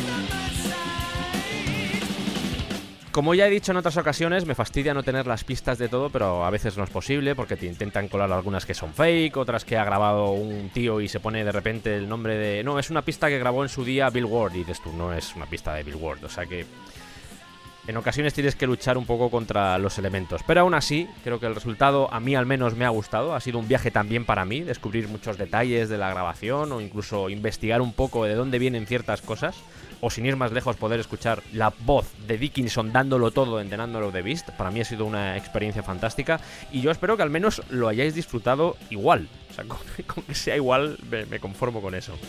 Como ya he dicho en otras ocasiones, me fastidia no tener las pistas de todo, pero a veces no es posible porque te intentan colar algunas que son fake, otras que ha grabado un tío y se pone de repente el nombre de... No, es una pista que grabó en su día Bill Ward, y dices tú, no es una pista de Bill Ward, o sea que... En ocasiones tienes que luchar un poco contra los elementos, pero aún así, creo que el resultado a mí al menos me ha gustado. Ha sido un viaje también para mí, descubrir muchos detalles de la grabación o incluso investigar un poco de dónde vienen ciertas cosas. O sin ir más lejos, poder escuchar la voz de Dickinson dándolo todo en The Number of the Beast. Para mí ha sido una experiencia fantástica y yo espero que al menos lo hayáis disfrutado igual. O sea, con que sea igual me conformo con eso.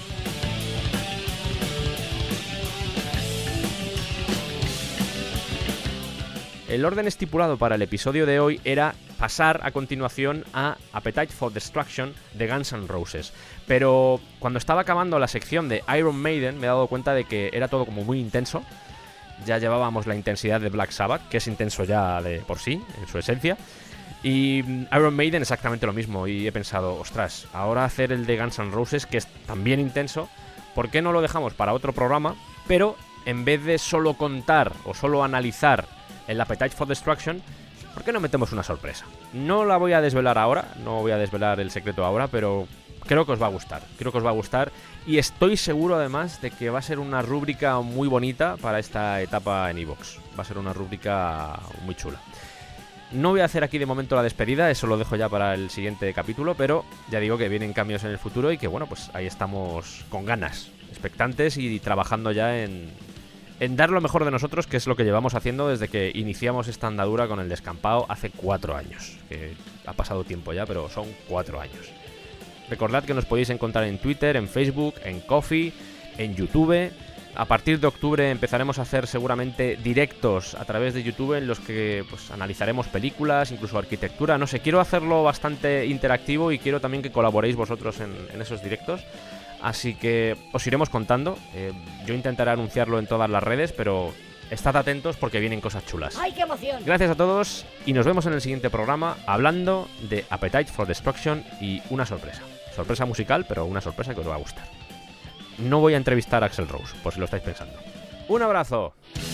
El orden estipulado para el episodio de hoy era pasar a continuación a Appetite for Destruction de Guns N' Roses. Pero cuando estaba acabando la sección de Iron Maiden me he dado cuenta de que era todo como muy intenso ya llevábamos la intensidad de Black Sabbath, que es intenso ya de por sí, en su esencia. Y Iron Maiden exactamente lo mismo. Y he pensado, ostras, ahora hacer el de Guns N' Roses, que es también intenso, ¿por qué no lo dejamos para otro programa? Pero en vez de solo contar o solo analizar el Appetite for Destruction, ¿por qué no metemos una sorpresa? No la voy a desvelar ahora, no voy a desvelar el secreto ahora, pero creo que os va a gustar. Creo que os va a gustar. Y estoy seguro además de que va a ser una rúbrica muy bonita para esta etapa en iVoox. Va a ser una rúbrica muy chula. No voy a hacer aquí de momento la despedida, eso lo dejo ya para el siguiente capítulo, pero ya digo que vienen cambios en el futuro y que bueno, pues ahí estamos con ganas, expectantes y trabajando ya en dar lo mejor de nosotros, que es lo que llevamos haciendo desde que iniciamos esta andadura con el Descampado hace 4 años. Que ha pasado tiempo ya, pero son 4 años. Recordad que nos podéis encontrar en Twitter, en Facebook, en Ko-fi, en YouTube. A partir de octubre empezaremos a hacer seguramente directos a través de YouTube en los que pues analizaremos películas, incluso arquitectura. No sé, quiero hacerlo bastante interactivo y quiero también que colaboréis vosotros en esos directos. Así que os iremos contando. Yo intentaré anunciarlo en todas las redes, pero estad atentos porque vienen cosas chulas. ¡Ay, qué emoción! Gracias a todos y nos vemos en el siguiente programa hablando de Appetite for Destruction y una sorpresa. Sorpresa musical, pero una sorpresa que os va a gustar. No voy a entrevistar a Axl Rose, por si lo estáis pensando. ¡Un abrazo!